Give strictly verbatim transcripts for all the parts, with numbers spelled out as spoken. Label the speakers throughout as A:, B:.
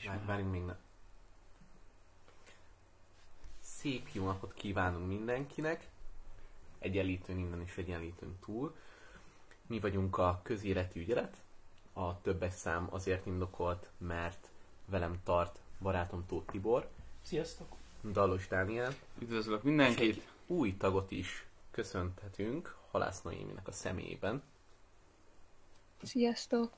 A: is.
B: Vár, várjunk még ne. Szép jó napot kívánunk mindenkinek. Egyenlítőn innen és egyenlítőn túl. Mi vagyunk a közéleti ügyelet. A többes szám azért indokolt, mert velem tart barátom Tóth Tibor.
C: Sziasztok!
B: Dallos Dániel.
A: Üdvözlök mindenkit!
B: És egy új tagot is köszönhetünk Halász Noéminek a személyében.
D: Sziasztok!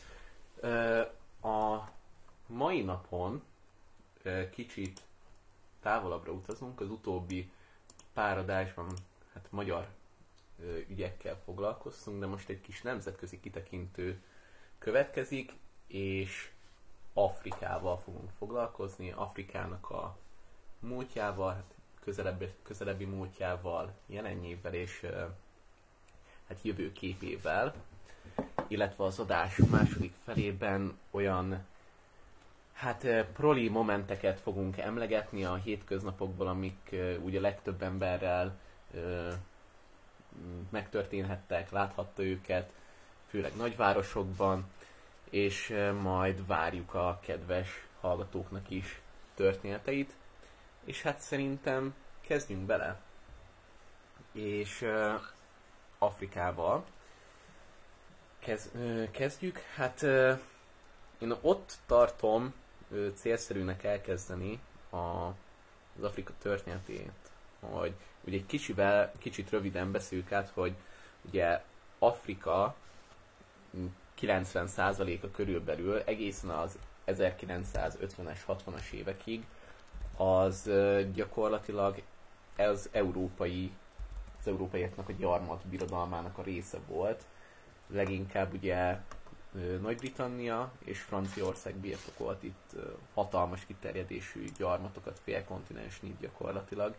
B: A mai napon kicsit távolabbra utazunk, az utóbbi pár adásban hát magyar ügyekkel foglalkoztunk, de most egy kis nemzetközi kitekintő következik, és Afrikával fogunk foglalkozni, Afrikának a múltjával, hát közelebbi, közelebbi múltjával, jelenjével és hát jövőképével, illetve az adás második felében olyan hát proli momenteket fogunk emlegetni a hétköznapokból, amik ugye legtöbb emberrel ö, megtörténhettek, láthatta őket, főleg nagyvárosokban, és majd várjuk a kedves hallgatóknak is történeteit. És hát szerintem kezdjünk bele. És ö, Afrikával Kez, ö, kezdjük. Hát ö, én ott tartom ö, célszerűnek elkezdeni a, az Afrika történetét, hogy ugye egy kicsivel, kicsit röviden beszéljük át, hogy ugye Afrika kilencven százaléka körülbelül egészen az ezerkilencszázötvenes, hatvanas évekig az ö, gyakorlatilag az európai, az európaiaknak a gyarmat birodalmának a része volt. Leginkább ugye Nagy-Britannia és Franciaország birtokolt itt hatalmas kiterjedésű gyarmatokat, félkontinensnyit gyakorlatilag.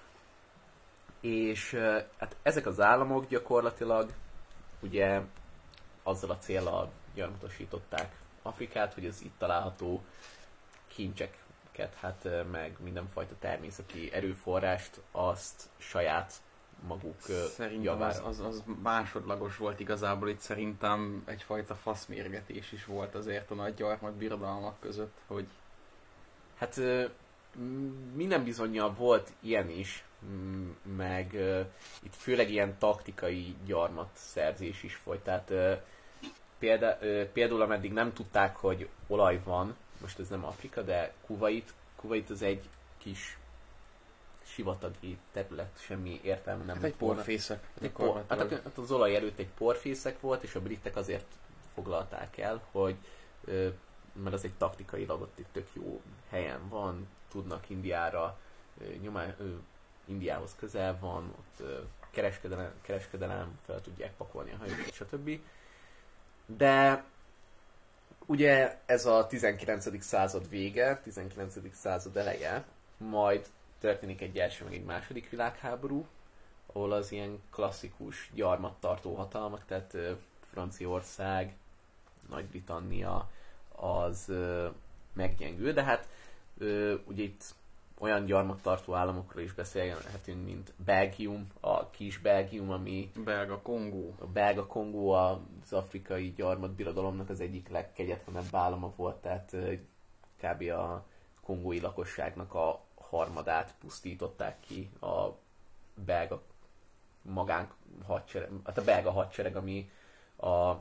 B: És hát ezek az államok gyakorlatilag ugye azzal a céllal gyarmatosították Afrikát, hogy az itt található kincseket, hát meg mindenfajta természeti erőforrást azt saját maguk
A: szerintem
B: javára.
A: az, az, az másodlagos volt igazából, itt szerintem egyfajta faszmérgetés is volt azért a nagy gyarmat birodalmak között, hogy
B: hát minden bizonnyal volt ilyen is, meg itt főleg ilyen taktikai gyarmatszerzés is folyt, tehát példa, például ameddig nem tudták, hogy olaj van, most ez nem Afrika, de Kuwait, Kuwait az egy kis sivatagi terület, semmi értelme nem.
A: Hát egy porfészek.
B: Hát, egy por, hát, hát az olaj előtt egy porfészek volt, és a britek azért foglalták el, hogy mert az egy taktikailag ott itt tök jó helyen van, tudnak Indiára, nyomá, Indiához közel van, ott kereskedelem, kereskedelem fel tudják pakolni a hajót, stb. De ugye ez a tizenkilencedik század vége, tizenkilencedik század eleje, majd történik egy első, meg egy második világháború, ahol az ilyen klasszikus gyarmattartó hatalmak, tehát Franciaország, Nagy-Britannia az meggyengül, de hát ugye itt olyan gyarmattartó államokról is beszélhetünk, mint Belgium, a kis Belgium, ami
A: Belga Kongó.
B: A Belga Kongó az afrikai gyarmatbirodalomnak az egyik legkegyetlenebb állama volt, tehát kb. A kongói lakosságnak a harmadát pusztították ki a belga magánk hadsereg, hát a belga hadsereg, ami a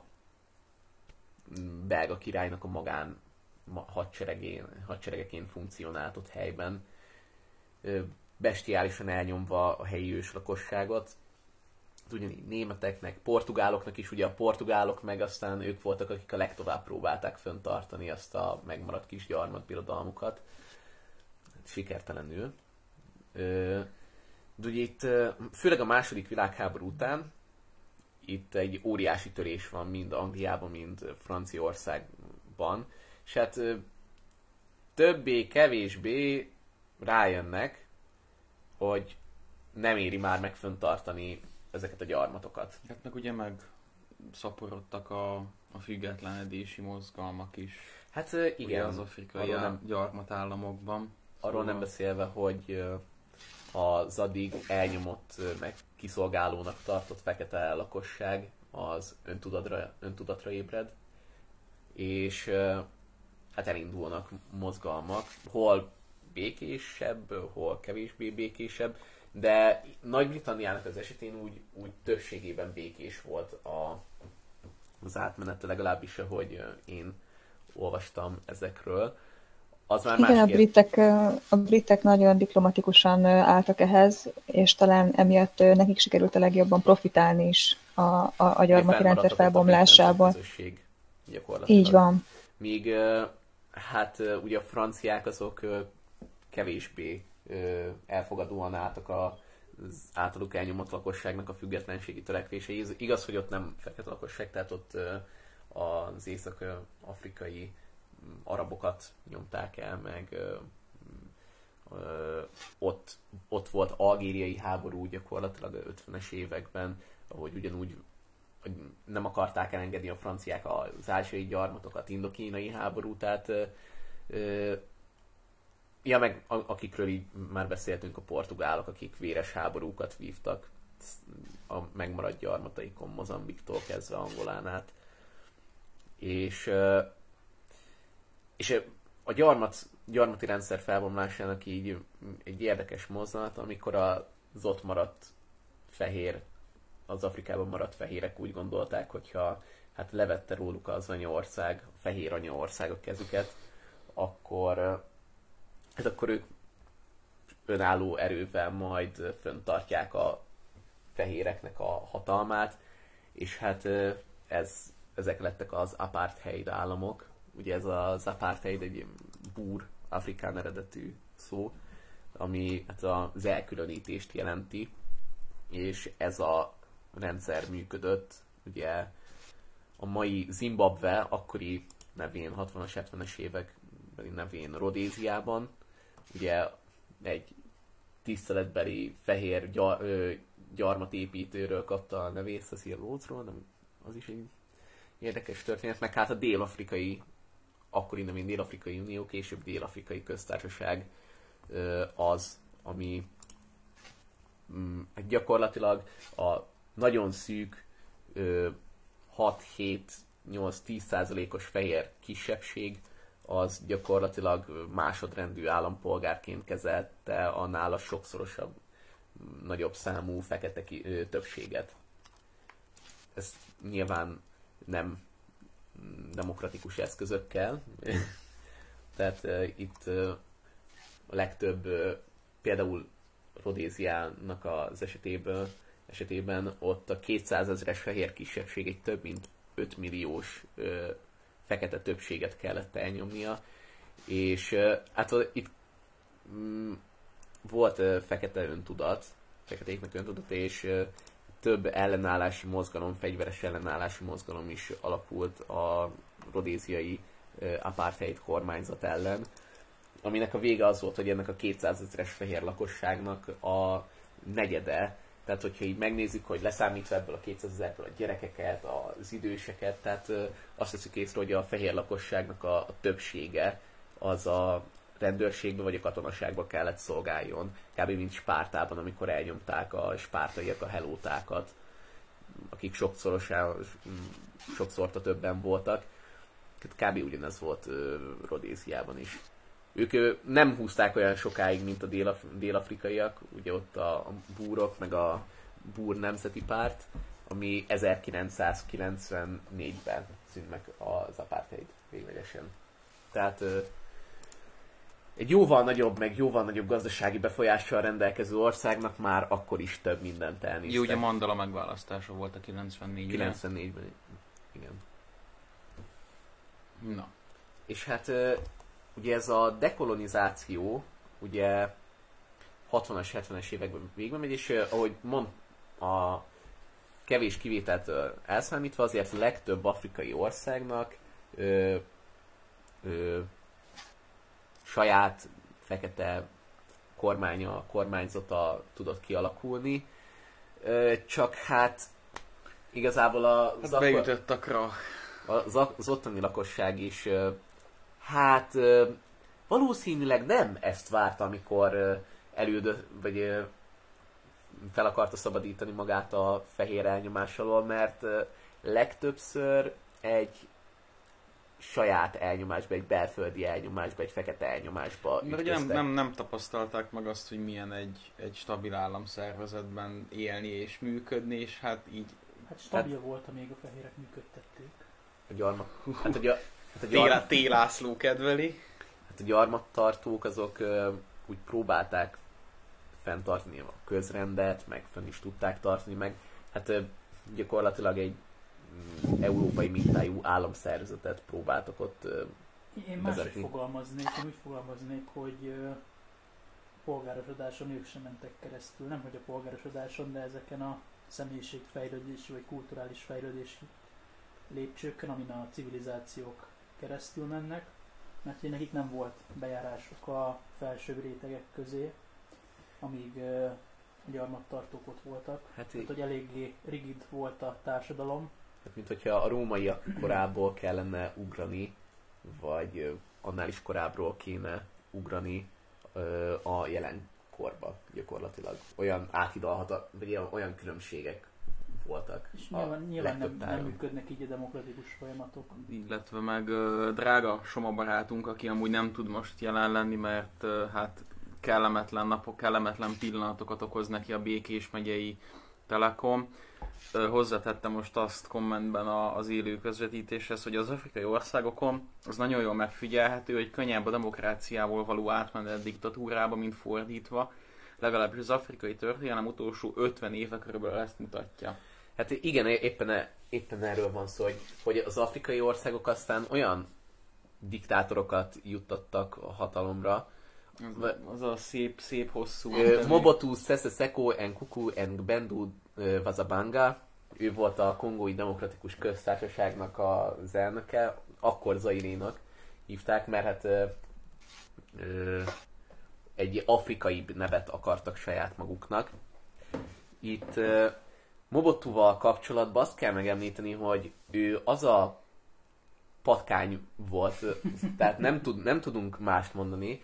B: belga királynak a magán hadseregén, hadseregeként funkcionált ott helyben, bestiálisan elnyomva a helyi őslakosságot. Ugyanígy németeknek, portugáloknak is, ugye a portugálok meg aztán ők voltak, akik a legtovább próbálták fenntartani azt a megmaradt kis gyarmatbirodalmukat. Sikertelenül. De ugye itt, főleg a második világháború után, itt egy óriási törés van mind Angliában, mind Franciaországban, és hát többé-kevésbé rájönnek, hogy nem éri már meg fenntartani ezeket a gyarmatokat.
A: Hát meg ugye meg szaporodtak a, a függetlenedési mozgalmak is.
B: Hát igen.
A: Ugye az afrikai nem, gyarmatállamokban.
B: Arról szóval nem beszélve, hogy az addig elnyomott, meg kiszolgálónak tartott fekete lakosság az öntudatra, öntudatra ébred. És hát elindulnak mozgalmak, hol békésebb, hol kevésbé békésebb, de Nagy-Britanniának az esetén úgy, úgy többségében békés volt a, az átmenete, legalábbis ahogy én olvastam ezekről. Az már
C: Igen,
B: más
C: a
B: kérdés.
C: britek, a britek nagyon diplomatikusan álltak ehhez, és talán emiatt nekik sikerült a legjobban profitálni is a, a, a gyarmati rendszer felbomlásából. Így van.
B: Míg hát ugye a franciák azok kevésbé elfogadóan álltak az általuk elnyomott lakosságnak a függetlenségi törekvéseihez. Igaz, hogy ott nem fekete lakosság, tehát ott az észak-afrikai arabokat nyomták el, meg ott, ott volt algériai háború gyakorlatilag a ötvenes években, ahogy ugyanúgy nem akarták elengedni a franciák az ázsiai gyarmatokat, indokínai háború, tehát ja, meg akikről így már beszéltünk, a portugálok, akik véres háborúkat vívtak a megmaradt gyarmataikon, Mozambiktól kezdve Angolán át. És, és a gyarmat, gyarmati rendszer felbomlásának így egy érdekes mozzanat, amikor az ott maradt fehér, az Afrikában maradt fehérek úgy gondolták, hogyha hát levette róluk az anyaország, a fehér anyaország a kezüket, akkor hát akkor ők önálló erővel majd fenntartják a fehéreknek a hatalmát, és hát ez, ezek lettek az apartheid államok. Ugye ez az apartheid egy búr, afrikán eredetű szó, ami hát az elkülönítést jelenti, és ez a rendszer működött. Ugye a mai Zimbabwe akkori nevén, hatvanas, hetvenes évek nevén Rodéziában, ugye egy tiszteletbeli fehér gyar, ö, gyarmatépítőről kapta a nevét, Cecil Rhodesról, nem, az is egy érdekes történet, meg hát a dél-afrikai, akkori nevén Dél-Afrikai Unió, később Dél-Afrikai Köztársaság ö, az, ami mm, gyakorlatilag a nagyon szűk ö, hat, hét, nyolc, tíz százalékos fehér kisebbség az gyakorlatilag másodrendű állampolgárként kezelte a nála sokszorosabb, nagyobb számú fekete ki, ö, többséget. Ez nyilván nem demokratikus eszközökkel, tehát uh, itt uh, a legtöbb, uh, például Rodéziának az esetében, esetében ott a kétszázezres fehér kisebbség egy több mint öt milliós uh, fekete többséget kellett elnyomnia, és uh, hát uh, itt um, volt uh, fekete öntudat, feketéknek öntudat, és uh, több ellenállási mozgalom, fegyveres ellenállási mozgalom is alakult a rodéziai uh, apartheid kormányzat ellen, aminek a vége az volt, hogy ennek a kétszázezres fehér lakosságnak a negyede, tehát hogyha így megnézzük, hogy leszámítva ebből a kétszázezerből a gyerekeket, az időseket, tehát uh, azt veszük észre, hogy a fehér lakosságnak a, a többsége az a rendőrségbe vagy a katonaságba kellett szolgáljon, kb. Mint Spártában, amikor elnyomták a spártaiak a helótákat, akik sokszorosan, sokszorta többen voltak. Kb. Ugyanez volt uh, Rodéziában is. Ők uh, nem húzták olyan sokáig, mint a dél- dél-afrikaiak, ugye ott a, a búrok, meg a búr nemzeti párt, ami ezerkilencszázkilencvennégyben szűnt meg az apartheid véglegesen. Tehát uh, egy jóval nagyobb, meg jóval nagyobb gazdasági befolyással rendelkező országnak már akkor is több mindent elnéztek.
A: Jó, ugye Mandela megválasztása volt a kilencvennégyben.
B: kilencvennégyben, igen.
A: Na.
B: És hát ugye ez a dekolonizáció, ugye hatvanas, hetvenes években végbe megy, és ahogy mond, a kevés kivételt elszámítva, azért a legtöbb afrikai országnak ö, ö, saját fekete kormánya, kormányzata tudott kialakulni. Csak hát igazából a,
A: hát beütöttek rá.
B: Az, az ottani lakosság is hát valószínűleg nem ezt várta, amikor elődött, vagy fel akarta szabadítani magát a fehér elnyomás alól, mert legtöbbször egy saját elnyomásba, egy belföldi elnyomásba, egy fekete elnyomásba
A: Mert ugye nem, nem, nem tapasztalták meg azt, hogy milyen egy, egy stabil államszervezetben élni és működni, és hát így...
D: Hát stabil hát, volt, amíg a fehérek működtették.
B: A gyarmat... Hát a, gyar, hát a
A: gyarmat... Télászló kedveli.
B: Hát a gyarmattartók azok uh, úgy próbálták fenntartani a közrendet, meg fenn is tudták tartani, meg hát uh, gyakorlatilag egy európai mintájú államszervezetet próbáltak ott uh,
D: Én máshogy fogalmaznék, én úgy fogalmaznék, hogy uh, polgárosodáson ők sem mentek keresztül. Nem, hogy a polgárosodáson, de ezeken a személyiségfejlődési vagy kulturális fejlődési lépcsőkön, amin a civilizációk keresztül mennek, mert hogy nekik nem volt bejárásuk a felsőbb rétegek közé, amíg uh, a gyarmattartók ott voltak. Hát, hát hogy eléggé rigid volt a társadalom.
B: Hát, mint hogyha a rómaiak korábból kellene ugrani, vagy uh, annál is korábbról kéne ugrani uh, a jelenkorba gyakorlatilag. Olyan áthidalhatatlan, vagy olyan különbségek voltak.
D: És nyilván, nyilván nem, nem működnek így a demokratikus folyamatok.
A: Illetve meg uh, drága Soma barátunk, aki amúgy nem tud most jelen lenni, mert uh, hát kellemetlen napok, kellemetlen pillanatokat okoz neki a Békés megyei Telekom. Hozzátette most azt kommentben az élő közvetítéshez, hogy az afrikai országokon az nagyon jól megfigyelhető, hogy könnyebb a demokráciából való átmenet diktatúrába, mint fordítva. Legalábbis az afrikai történelem utolsó ötven éve körülbelül ezt mutatja.
B: Hát igen, éppen, éppen erről van szó, hogy, hogy az afrikai országok aztán olyan diktátorokat juttattak a hatalomra,
A: Az, az a szép, szép hosszú...
B: Uh, Mobutu Sese Seko Nkuku Ngbendu uh, Wazabanga, ő volt a Kongói Demokratikus Köztársaságnak az elnöke, akkor Zairénak hívták, mert hát uh, uh, egy afrikai nevet akartak saját maguknak. Itt uh, Mobutuval kapcsolatban azt kell megemlíteni, hogy ő az a patkány volt, tehát nem, tud, nem tudunk mást mondani,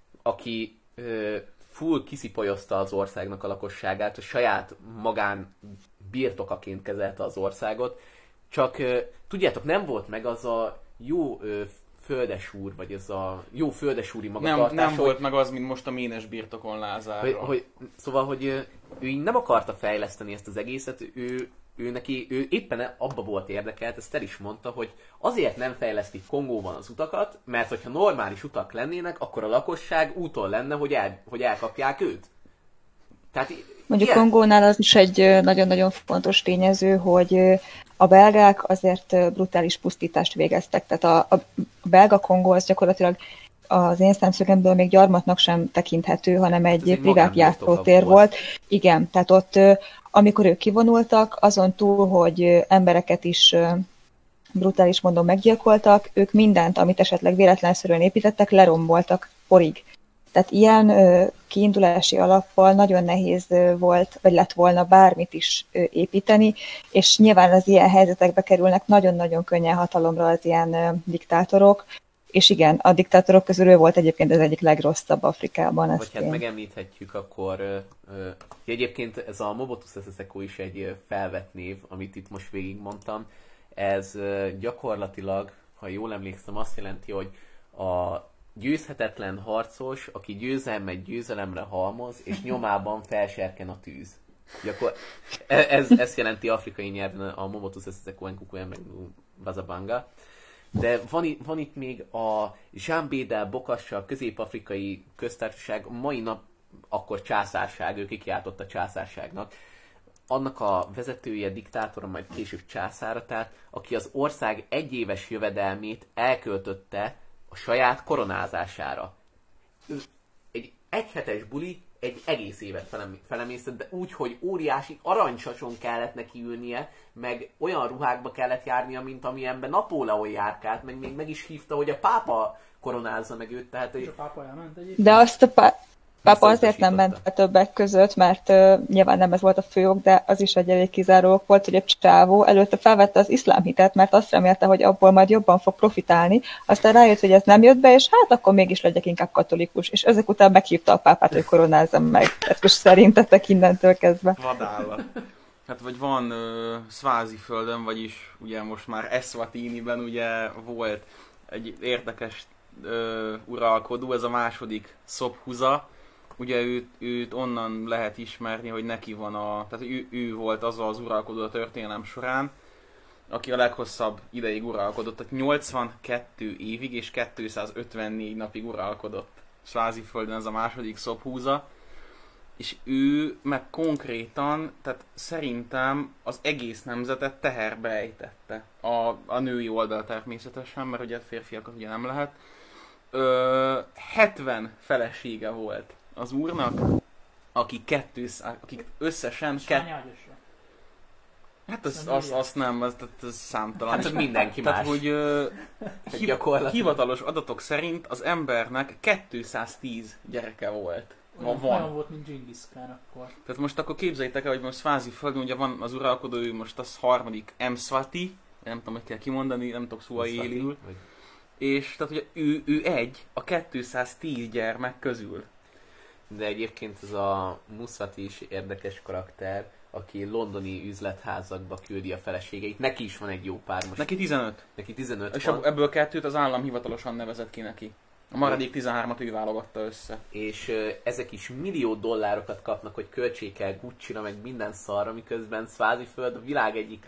B: aki ö, full kiszipolyozta az országnak a lakosságát, a saját magán birtokaként kezelte az országot, csak ö, tudjátok, nem volt meg az a jó ö, földesúr, vagy ez a jó földesúri magatartás.
A: Nem, nem hogy, volt meg az, mint most a Ménes birtokon Lázárra.
B: Hogy, hogy, szóval, hogy ö, ő így nem akarta fejleszteni ezt az egészet, ő, ő neki, ő éppen abba volt érdekelt, ezt el is mondta, hogy azért nem fejlesztik Kongóban az utakat, mert hogyha normális utak lennének, akkor a lakosság úton lenne, hogy, el, hogy elkapják őt. Tehát,
C: Mondjuk ilyen... Kongónál az is egy nagyon-nagyon fontos tényező, hogy a belgák azért brutális pusztítást végeztek. Tehát a, a belga Kongó az gyakorlatilag az én szemszögemből még gyarmatnak sem tekinthető, hanem egy, egy privát játszótér volt. volt. Igen, tehát ott amikor ők kivonultak, azon túl, hogy embereket is brutális módon meggyilkoltak, ők mindent, amit esetleg véletlenszerűen építettek, leromboltak porig. Tehát ilyen kiindulási alappal nagyon nehéz volt, vagy lett volna bármit is építeni, és nyilván az ilyen helyzetekbe kerülnek nagyon-nagyon könnyen hatalomra az ilyen diktátorok, és igen, a diktátorok közül ő volt egyébként az egyik legrosszabb Afrikában.
B: Vagy hát én. megemlíthetjük akkor, ö, egyébként ez a Mobutu Sese Seko is egy felvett név, amit itt most végigmondtam. Ez ö, gyakorlatilag, ha jól emlékszem, azt jelenti, hogy a győzhetetlen harcos, aki győzelmet győzelemre halmoz, és nyomában felserken a tűz. Gyakor... Ez, ez jelenti afrikai nyelven a Mobutu Sese Seko Nkuku Ngbendu Wazabanga. De van, van itt még a Jean Bédel Bokassa, a közép-afrikai köztársaság, mai nap akkor császárság, ő kikiáltott a császárságnak. Annak a vezetője, diktátora, majd később császára, tehát aki az ország egyéves jövedelmét elköltötte a saját koronázására. Egy egyhetes buli egy egész évet felemésztett, de úgy, hogy óriási aranysason kellett neki ülnie, meg olyan ruhákba kellett járnia, mint amilyenben Napóleon járkált, meg még meg is hívta, hogy a pápa koronázza meg őt. Tehát,
D: és a pápa elment egyébként?
C: De azt a pá- pápa azért nem ment be többek között, mert uh, nyilván nem ez volt a fő ok, de az is egy elég kizárók volt, hogy a csávó előtte felvette az iszlám hitet, mert azt remélte, hogy abból majd jobban fog profitálni, aztán rájött, hogy ez nem jött be, és hát akkor mégis legyek inkább katolikus, és ezek után meghívta a pápát, hogy koronázzam meg. Tehát most szerintetek innentől kezdve.
A: Vadállat. Hát vagy van uh, Sváziföldön, vagyis ugye most már Eswatiniben ugye volt egy érdekes uh, uralkodó, ez a második Sobhuza. Ugye őt, őt onnan lehet ismerni, hogy neki van a... Tehát ő, ő volt az az uralkodó a történelem során, aki a leghosszabb ideig uralkodott, tehát nyolcvankettő évig és kétszázötvennégy napig uralkodott Sváziföldön ez a második Sobhuza. És ő meg konkrétan, tehát szerintem az egész nemzetet teherbe ejtette. A, a női oldal természetesen, mert ugye férfiakat ugye nem lehet. Ö, hetven felesége volt az úrnak, akik, kettőszáz, akik összesen... Kett... Hát az, az, azt nem, az, az számtalan.
B: Hát mindenki más.
A: Tehát, hogy ö, hiv, hivatalos adatok szerint az embernek kétszáztíz gyereke volt.
D: Olyan van. Volt, mint Genghis Khan akkor.
A: Tehát most akkor képzeljétek el, hogy most Sváziföldön ugye van az uralkodó, ő most az harmadik Mswati, nem tudom, hogy kell kimondani, nem tudok szóval élül. És tehát ugye ő, ő egy a kétszáztíz gyermek közül.
B: De egyébként ez a Mswati is érdekes karakter, aki londoni üzletházakba küldi a feleségeit. Neki is van egy jó pár most.
A: Neki tizenöt.
B: Neki tizenöt
A: És
B: van.
A: ebből kettőt az állam hivatalosan nevezett ki neki. A maradék tizenhármat ő válogatta össze.
B: És uh, ezek is millió dollárokat kapnak, hogy költsék el Gucci-ra, meg minden szarra, miközben Sváziföld a világ egyik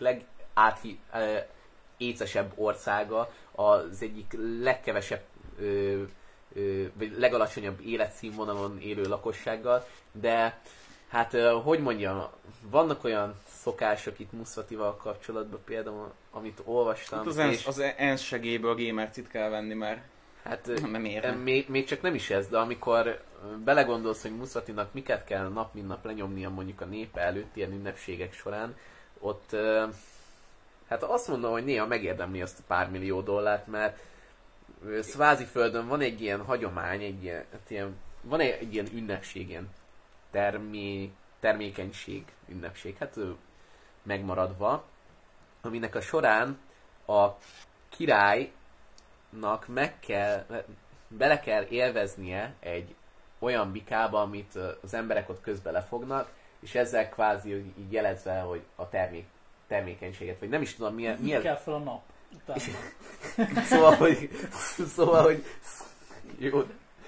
B: legécesebb uh, országa, az egyik legkevesebb, uh, uh, vagy legalacsonyabb életszínvonalon élő lakossággal, de hát uh, hogy mondjam, vannak olyan szokások itt Mswatival kapcsolatban, például amit olvastam.
A: Hát az, és... az ENSZ segélyből gémercit kell venni, mert
B: hát még, még csak nem is ez, de amikor belegondolsz, hogy Mswatinak miket kell nap mint nap lenyomnia mondjuk a népe előtt ilyen ünnepségek során, ott hát azt mondom, hogy néha megérdemli azt a pár millió dollárt, mert Sváziföldön van egy ilyen hagyomány, egy ilyen, hát ilyen, van egy, egy ilyen ünnepség, ilyen termé, termékenység ünnepség, hát megmaradva, aminek a során a király meg kell, bele kell élveznie egy olyan bikába, amit az emberek ott közben lefognak, és ezzel kvázi így jelezve, hogy a termék, termékenységet, vagy nem is tudom milyen... milyen...
D: kell fel a nap utána.
B: szóval, hogy... Szóval, hogy... Jó.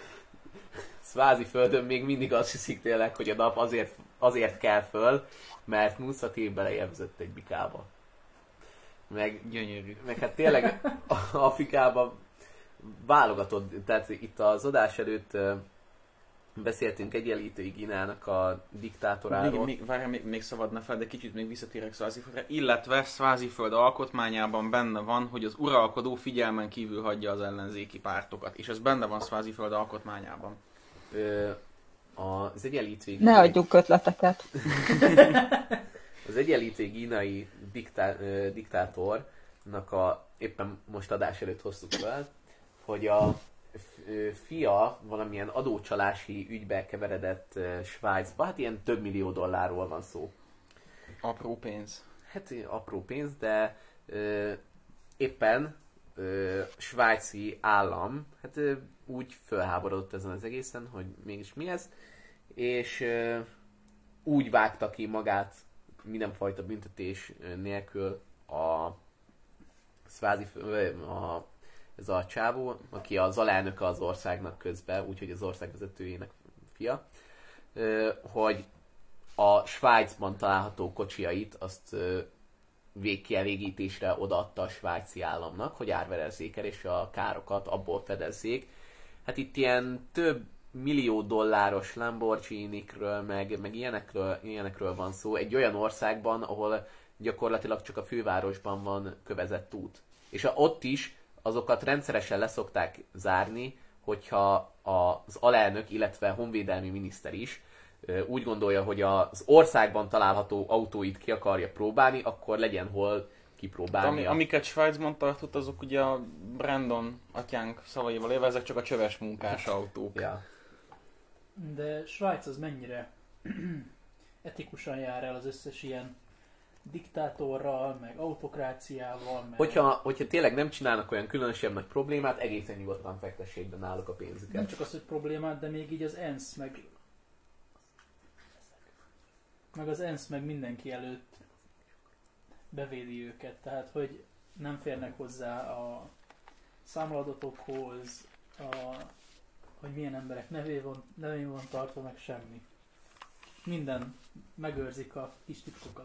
B: Sváziföldön még mindig azt hiszik tényleg, hogy a nap azért, azért kell föl, mert Mswati beleélvezett egy bikába. Meg,
A: gyönyörű.
B: Meg hát tényleg Afrikában válogatod, tehát itt az adás előtt uh, beszéltünk Egyenlítői Guineának a diktátoráról.
A: Még, még, várjál, még, még szabadna fel, de kicsit még visszatérek Sváziföldre. Illetve Sváziföld alkotmányában benne van, hogy az uralkodó figyelmen kívül hagyja az ellenzéki pártokat. És ez benne van Sváziföld alkotmányában.
B: Ö, az Egyenlítői
C: Ne adjuk ötleteket.
B: Az Egyenlítői Guineai diktá, diktátornak a, éppen most adás előtt hoztuk fel, hogy a fia valamilyen adócsalási ügybe keveredett Svájcba, hát ilyen több millió dollárról van szó.
A: Apró pénz.
B: Hát apró pénz, de ö, éppen ö, svájci állam hát ö, úgy fölháborodott ezen az egészen, hogy mégis mi ez, és ö, úgy vágta ki magát mindenfajta büntetés nélkül a Svázi, a, ez a csávó, aki az alelnöke az országnak közben, úgyhogy az ország vezetőjének fia, hogy a Svájcban található kocsiait azt végkielégítésre odaadta a svájci államnak, hogy árverezzék el, és a károkat abból fedezzék. Hát itt ilyen több millió dolláros Lamborghini-kről, meg, meg ilyenekről, ilyenekről van szó, egy olyan országban, ahol gyakorlatilag csak a fővárosban van kövezett út. És a, ott is azokat rendszeresen leszokták zárni, hogyha az alelnök, illetve honvédelmi miniszter is úgy gondolja, hogy az országban található autóit ki akarja próbálni, akkor legyen hol kipróbálnia.
A: Ami, amiket Svájcban tartott, azok ugye a Brandon atyánk szavaival élve, ezek csak a csöves munkás autók.
B: Ja.
D: De Svájc az mennyire etikusan jár el az összes ilyen diktátorral, meg autokráciával, meg...
B: Hogyha, hogyha tényleg nem csinálnak olyan különösebb nagy problémát, egészen nyugodtan fektessék be náluk a pénzüket.
D: Nem csak az, hogy problémát, de még így az ENSZ, meg meg az ENSZ meg mindenki előtt bevédi őket, tehát hogy nem férnek hozzá a számladatokhoz, a, hogy milyen emberek nevén van, nevén van tartva, meg semmi. Minden megőrzik a kis titkokat.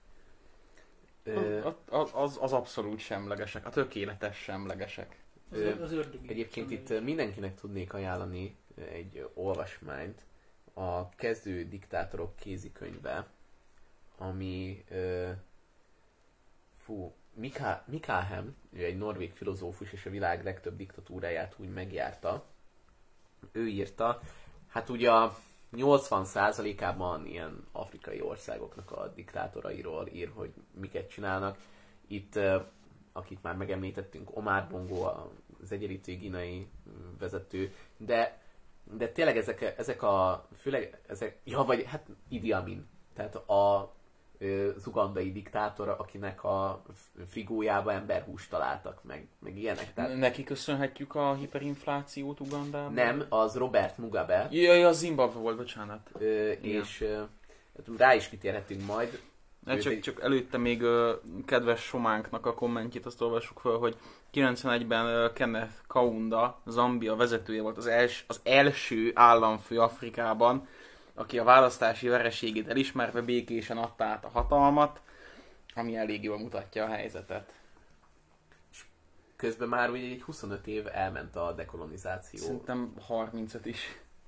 A: Ö... Az, az, az abszolút semlegesek, a tökéletes semlegesek.
D: Az, az ördögi.
B: Egyébként itt mindenkinek tudnék ajánlani egy olvasmányt, a Kezdő diktátorok kézikönyve, ami ö, fú, Mika, Mikahem, ő egy norvég filozófus, és a világ legtöbb diktatúráját úgy megjárta. Ő írta, hát ugye a nyolcvan százalékában ilyen afrikai országoknak a diktátorairól ír, hogy miket csinálnak. Itt, akit már megemlítettünk, Omar Bongo, az egyenlítő guineai vezető, de, de tényleg ezek, ezek a, főleg ezek, ja vagy hát Idi Amin, tehát a az ugandai diktátor, akinek a frigójába emberhúst találtak, meg, meg ilyenek. Tehát...
A: Neki köszönhetjük a hiperinflációt Ugandában?
B: Nem, az Robert Mugabe.
A: Jaj, az Zimbabwe volt, bocsánat.
B: Ö, és ö, rá is kitérhetünk majd.
A: Ne, csak, egy... csak előtte még ö, kedves Sománknak a kommentjét, azt olvassuk fel, hogy kilencvenegyben ö, Kenneth Kaunda, Zambia vezetője volt az, els, az első államfő Afrikában, aki a választási vereségét elismerve békésen adta át a hatalmat, ami elég jól mutatja a helyzetet.
B: És közben már ugye egy huszonöt év elment a dekolonizáció.
A: Szerintem harmincöt is.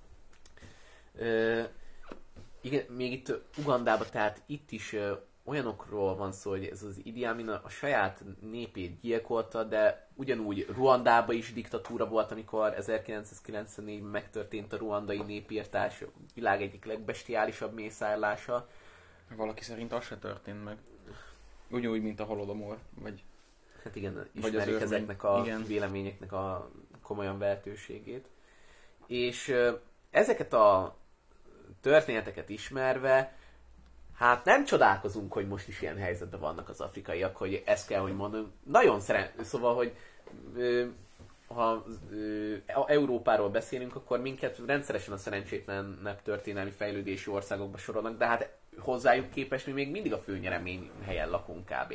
B: Ö, igen, még itt Ugandában, tehát itt is ö, olyanokról van szó, hogy ez az Idi Amin a, a saját népét gyilkolta, de ugyanúgy Ruandában is diktatúra volt, amikor ezerkilencszázkilencvennégyben megtörtént a ruandai népírtás, a világ egyik legbestiálisabb mészárlása.
A: Valaki szerint az se történt meg. Ugyanúgy, mint a Holodomor, vagy...
B: Hát igen, ismerik
A: az
B: ezeknek a
A: igen.
B: véleményeknek a komolyan vehetőségét. És ö, ezeket a történeteket ismerve, hát nem csodálkozunk, hogy most is ilyen helyzetben vannak az afrikaiak, hogy ezt kell, hogy mondom. Nagyon szeren... Szóval, hogy ö, ha ö, Európáról beszélünk, akkor minket rendszeresen a szerencsétlenebb történelmi fejlődési országokba sorolnak, de hát hozzájuk képest mi még mindig a főnyeremény helyen lakunk kb.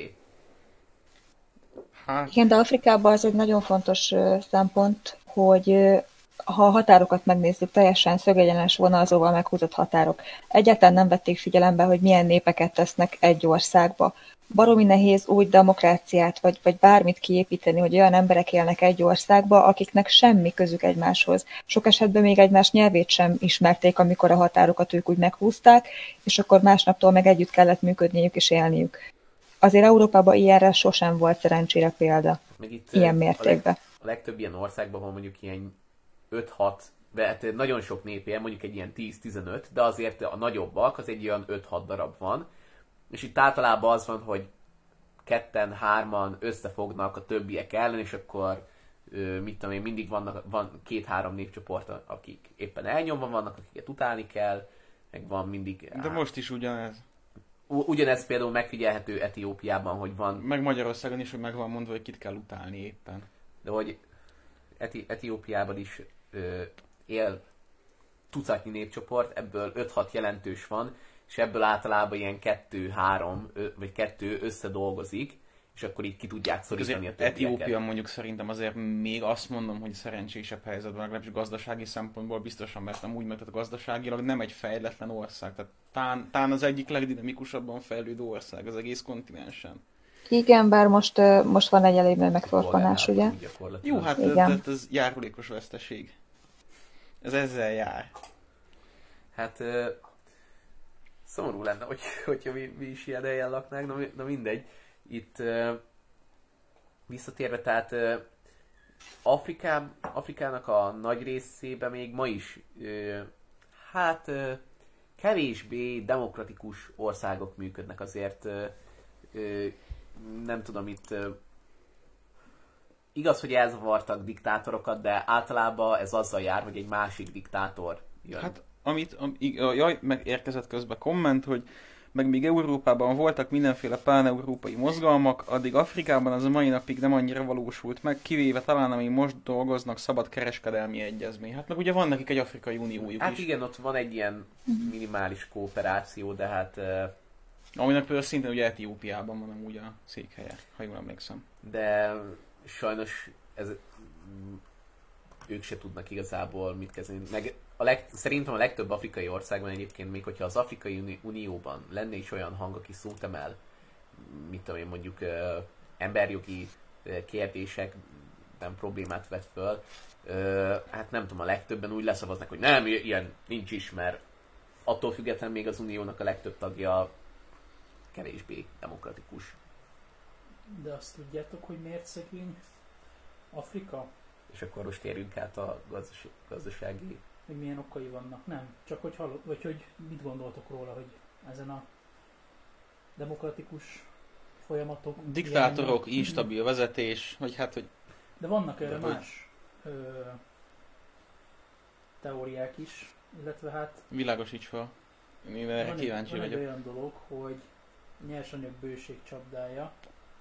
C: Hát. Igen, de Afrikában az egy nagyon fontos uh, szempont, hogy uh, ha a határokat megnézzük, teljesen szögegyenes vonalzóval meghúzott határok. Egyáltalán nem vették figyelembe, hogy milyen népeket tesznek egy országba. Baromi nehéz úgy demokráciát, vagy, vagy bármit kiépíteni, hogy olyan emberek élnek egy országba, akiknek semmi közük egymáshoz. Sok esetben még egymás nyelvét sem ismerték, amikor a határokat ők úgy meghúzták, és akkor másnaptól meg együtt kellett működniük és élniük. Azért Európában ilyenre sosem volt szerencsére példa.
B: Meg itt
C: ilyen mértékben.
B: A, leg, a legtöbb ilyen országban van mondjuk ilyen öt-hat, hát nagyon sok nép él, mondjuk egy ilyen tíz-tizenöt, de azért a nagyobbak, az egy olyan öt-hat darab van. És itt általában az van, hogy ketten, hárman összefognak a többiek ellen, és akkor mit tudom én, mindig vannak, van két-három népcsoport, akik éppen elnyomva vannak, akiket utálni kell, meg van mindig...
A: De á, most is ugyanez.
B: Ugyanez például megfigyelhető Etiópiában, hogy van...
A: Meg Magyarországon is, hogy meg van mondva, hogy kit kell utálni éppen.
B: De hogy Eti- Etiópiában is ö, él tucatnyi népcsoport, ebből öt-hat jelentős van, és ebből általában ilyen kettő-három, vagy kettő összedolgozik, és akkor így ki tudják szorítani a többieket.
A: Etiópia mondjuk szerintem azért még azt mondom, hogy szerencsésebb helyzetben, legalábbis gazdasági szempontból biztosan, mert nem úgy, mert a gazdaságilag nem egy fejletlen ország. Tehát tán, tán az egyik legdinamikusabban fejlődő ország az egész kontinensen.
C: Igen, bár most, most van egy elég nagy megtorpanás, ugye?
A: Jó, hát ez, ez járulékos veszteség. Ez ezzel jár.
B: Hát szomorú lenne, hogy, hogyha mi, mi is ilyen helyen laknánk, na, na mindegy. Itt uh, visszatérve, tehát uh, Afriká, Afrikának a nagy részében még ma is uh, hát uh, kevésbé demokratikus országok működnek, azért uh, uh, nem tudom, itt uh, igaz, hogy elzavartak diktátorokat, de általában ez azzal jár, hogy egy másik diktátor jön.
A: Hát amit, am, jaj, megérkezett közben komment, hogy meg még Európában voltak mindenféle pán-európai mozgalmak, addig Afrikában az a mai napig nem annyira valósult meg, kivéve talán, ami most dolgoznak szabad kereskedelmi egyezmény. Hát meg ugye van nekik egy Afrikai Uniójuk
B: hát
A: is.
B: Hát igen, ott van egy ilyen minimális kooperáció, de hát... Uh...
A: Aminek például szintén ugye Etiópiában van amúgy a székhelye, ha jól emlékszem.
B: De sajnos ez... ők se tudnak igazából mit kezdeni. Meg a leg, szerintem a legtöbb afrikai országban egyébként, még hogyha az Afrikai Unióban lenne is olyan hang, aki szót emel, mit tudom én, mondjuk uh, emberjogi uh, kérdésekben problémát vet föl, uh, hát nem tudom, a legtöbben úgy leszavaznak, hogy nem, ilyen nincs is, mert attól függetlenül még az Uniónak a legtöbb tagja kevésbé demokratikus.
D: De azt tudjátok, hogy miért szegény Afrika?
B: És akkor most térjünk át a gazdas- gazdasági...
D: Hogy milyen okai vannak? Nem. Csak hogy hallott, vagy hogy mit gondoltok róla, hogy ezen a demokratikus folyamatok...
A: Diktátorok, ilyen... instabil vezetés, vagy hát, hogy...
D: De vannak erre
A: De
D: más hogy... ö, teóriák is, illetve hát...
A: Világosíts fel. Én erre
D: van
A: kíváncsi
D: egy,
A: vagyok.
D: Van egy olyan dolog, hogy nyersanyag bőség csapdája.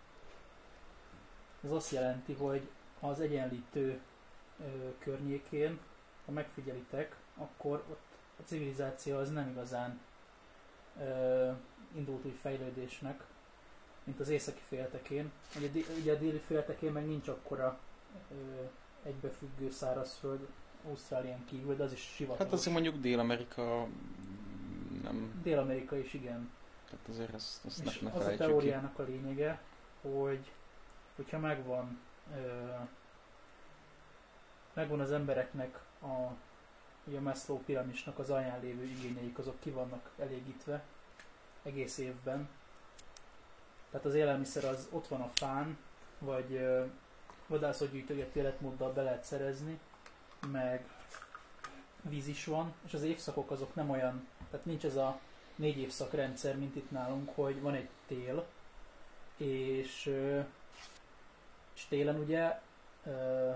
D: Ez azt jelenti, hogy az egyenlítő ö, környékén, ha megfigyelitek, akkor ott a civilizáció az nem igazán ö, indult úgy fejlődésnek, mint az északi féltekén. Ugye, ugye a déli féltekén meg nincs akkora ö, egybefüggő szárazföld Ausztrálián kívül, de az is sivatagos.
A: Hát azért mondjuk Dél-Amerika nem...
D: Dél-Amerika is, igen.
A: Tehát azért ezt, ezt
D: És
A: ne
D: az a teóriának ki. A lényege, hogy hogyha megvan ö, megvan az embereknek a, ugye a Maslow piramisnak az alján lévő igényeik, azok ki vannak elégítve egész évben. Tehát az élelmiszer az ott van a fán, vagy ö, vadászatgyűjtögető életmóddal be lehet szerezni, meg víz is van, és az évszakok azok nem olyan, tehát nincs ez a négy évszak rendszer, mint itt nálunk, hogy van egy tél, és, ö, és télen ugye ö,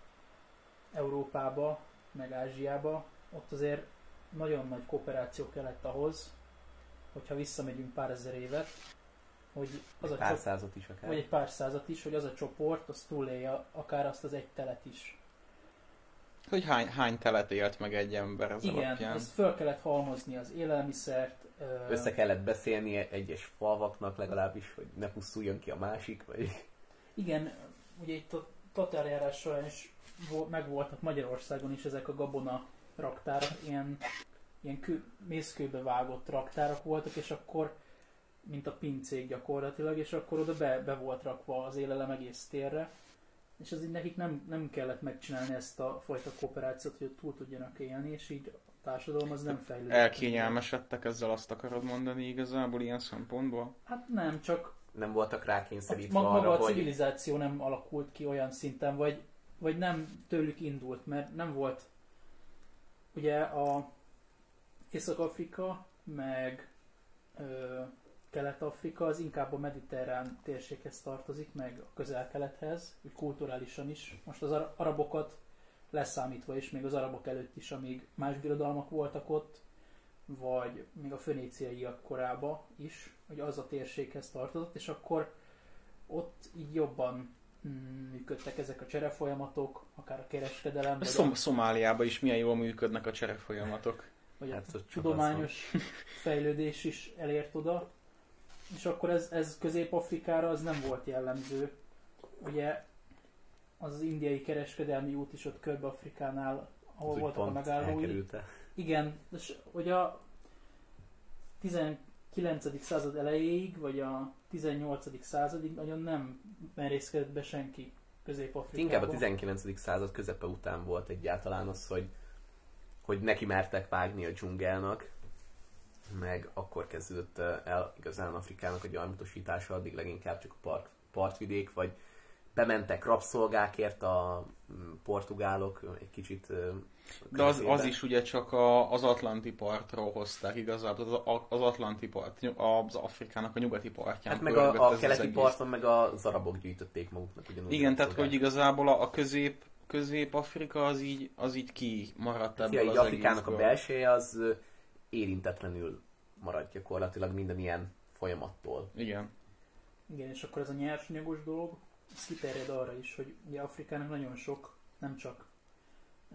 D: Európába, meg Ázsiába, ott azért nagyon nagy kooperáció kellett ahhoz, hogyha visszamegyünk pár ezer évet, hogy az
B: egy
D: a
B: pár
D: csop-
B: százat is akár.
D: vagy egy pár százat is, hogy az a csoport, az túlélje akár azt az egy telet is.
A: Hogy hány, hány telet élt meg egy ember az
D: Igen,
A: alapján.
D: ezt föl kellett halmozni az élelmiszert. Ö...
B: Össze kellett beszélni egyes falvaknak legalábbis, hogy ne pusztuljon ki a másik, vagy...
D: Igen, ugye itt a tatárjárás során is megvoltak Magyarországon is ezek a gabona raktárak, ilyen, ilyen kő, mészkőbe vágott raktárak voltak, és akkor, mint a pincék gyakorlatilag, és akkor oda be, be volt rakva az élelem egész térre, és az így nekik nem, nem kellett megcsinálni ezt a fajta kooperációt, hogy túl tudjanak élni, és így a társadalom az nem fejlődött.
A: Elkényelmesedtek, ezzel azt akarod mondani igazából ilyen szempontból?
D: Hát nem, csak
B: nem voltak rákényszerítve
D: maga
B: arra,
D: a
B: hogy...
D: civilizáció nem alakult ki olyan szinten, vagy, vagy nem tőlük indult, mert nem volt ugye a Észak-Afrika, meg ö, Kelet-Afrika az inkább a mediterrán térséghez tartozik, meg a közel-kelethez, úgy kulturálisan is. Most az arabokat leszámítva is, még az arabok előtt is, amíg más birodalmak voltak ott, vagy még a föníciaiak korában is, hogy az a térséghez tartozott, és akkor ott így jobban mm, működtek ezek a cserefolyamatok, akár a kereskedelem.
A: A Szom- a... Szomáliában is milyen jól működnek a cserefolyamatok.
D: Vagy
B: hát,
D: a tudományos fejlődés is elért oda. És akkor ez, ez Közép-Afrikára az nem volt jellemző. Ugye az, az indiai kereskedelmi út is ott Körbe-Afrikánál, ahol
B: az
D: voltak a megállói.
B: Elkerülte.
D: Igen, és hogy a tizenkilencedik század elejéig, vagy a tizennyolcadik századig nagyon nem merészkedett be senki Közép-Afrikában.
B: Inkább a tizenkilencedik század közepe után volt egyáltalán az, hogy, hogy neki mertek vágni a dzsungelnak, meg akkor kezdődött el igazán Afrikának a gyarmatosítása, addig leginkább csak a part, partvidék, vagy bementek rabszolgákért a portugálok egy kicsit.
A: De az, az is ugye csak a, az Atlanti partról hozták igazából, az, az Atlanti part, az Afrikának a nyugati partján.
B: Hát meg a, a keleti parton meg az arabok gyűjtötték maguknak ugyanúgy.
A: Igen, tehát hogy igazából a, a közép, közép-Afrika az így, az így kimaradt ebből
B: ja,
A: az
B: Afrikának
A: egészből.
B: A belseje az érintetlenül marad gyakorlatilag minden ilyen folyamattól.
A: Igen.
D: Igen, és akkor ez a nyersanyagos dolog, ez kiterjed arra is, hogy ugye Afrikának nagyon sok, nem csak ö,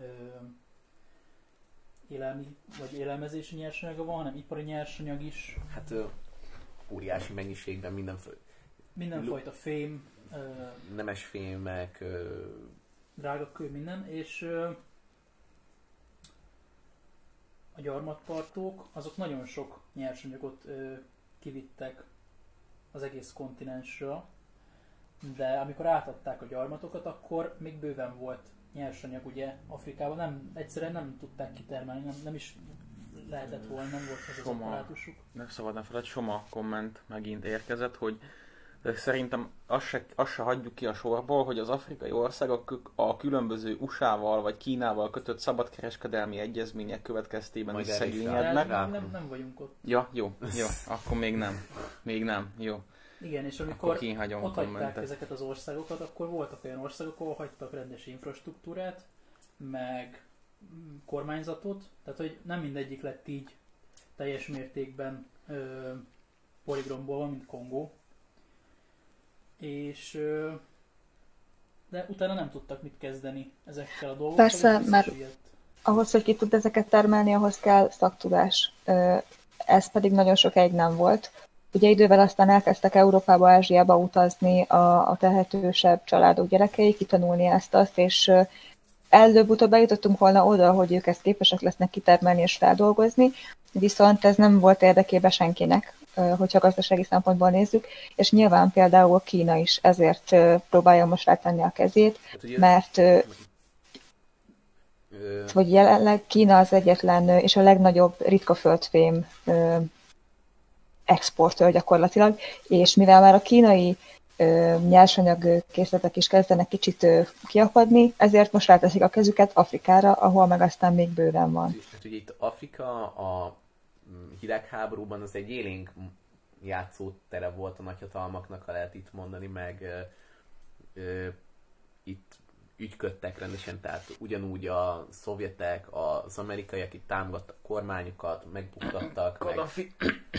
D: élelmi, vagy élelmezési nyersanyaga van, hanem ipari nyersanyag is.
B: Hát ö, óriási mennyiségben mindenféle.
D: Mindenfajta fém, ö,
B: nemes fémek, ö,
D: drága kő, minden, és ö, a gyarmattartók, azok nagyon sok nyersanyagot ö, kivittek az egész kontinensről, de amikor átadták a gyarmatokat, akkor még bőven volt nyersanyag ugye Afrikában, nem, egyszerűen nem tudták kitermelni, nem, nem is lehetett volna, nem volt ez az apparátusuk.
A: Nem szabad ne feled, Soma komment megint érkezett, hogy szerintem azt se, azt se hagyjuk ki a sorból, hogy az afrikai országok a különböző u es á-val vagy Kínával kötött szabadkereskedelmi egyezmények következtében
B: majd
A: is
B: is
A: szegényednek.
D: Nem, nem, nem vagyunk ott.
A: Ja, jó, jó, akkor még nem. Még nem, jó.
D: Igen, és amikor ott hagyták
A: kommentet.
D: ezeket az országokat, akkor voltak olyan országok, ahol hagytak rendes infrastruktúrát, meg kormányzatot, tehát hogy nem mindegyik lett így teljes mértékben ö, poligrombolva, mint Kongó. És ö, de utána nem tudtak mit kezdeni ezekkel a dolgokkal.
C: Persze, mert ahhoz, hogy ki tud ezeket termelni, ahhoz kell szaktudás. Ez pedig nagyon sokáig nem volt. Ugye idővel aztán elkezdtek Európába, Ázsiába utazni a, a tehetősebb családok gyerekei, kitanulni ezt-azt, és előbb-utóbb bejutottunk volna oda, hogy ők ezt képesek lesznek kitermelni és feldolgozni, viszont ez nem volt érdekében senkinek, hogyha gazdasági szempontból nézzük, és nyilván például Kína is ezért próbálja most rátenni a kezét, mert hogy jelenleg Kína az egyetlen és a legnagyobb ritkaföldfém exportőr gyakorlatilag, és mivel már a kínai nyersanyag készletek is kezdenek kicsit kiapadni, ezért most ráteszik a kezüket Afrikára, ahol meg aztán még bőven van.
B: Hát ugye itt Afrika a hidegháborúban az egy élénk játszótere volt a nagyhatalmaknak, ha lehet itt mondani, meg ö, ö, itt ügyködtek rendesen, tehát ugyanúgy a szovjetek, az amerikaiak itt támogattak kormányokat, megbuktattak, meg...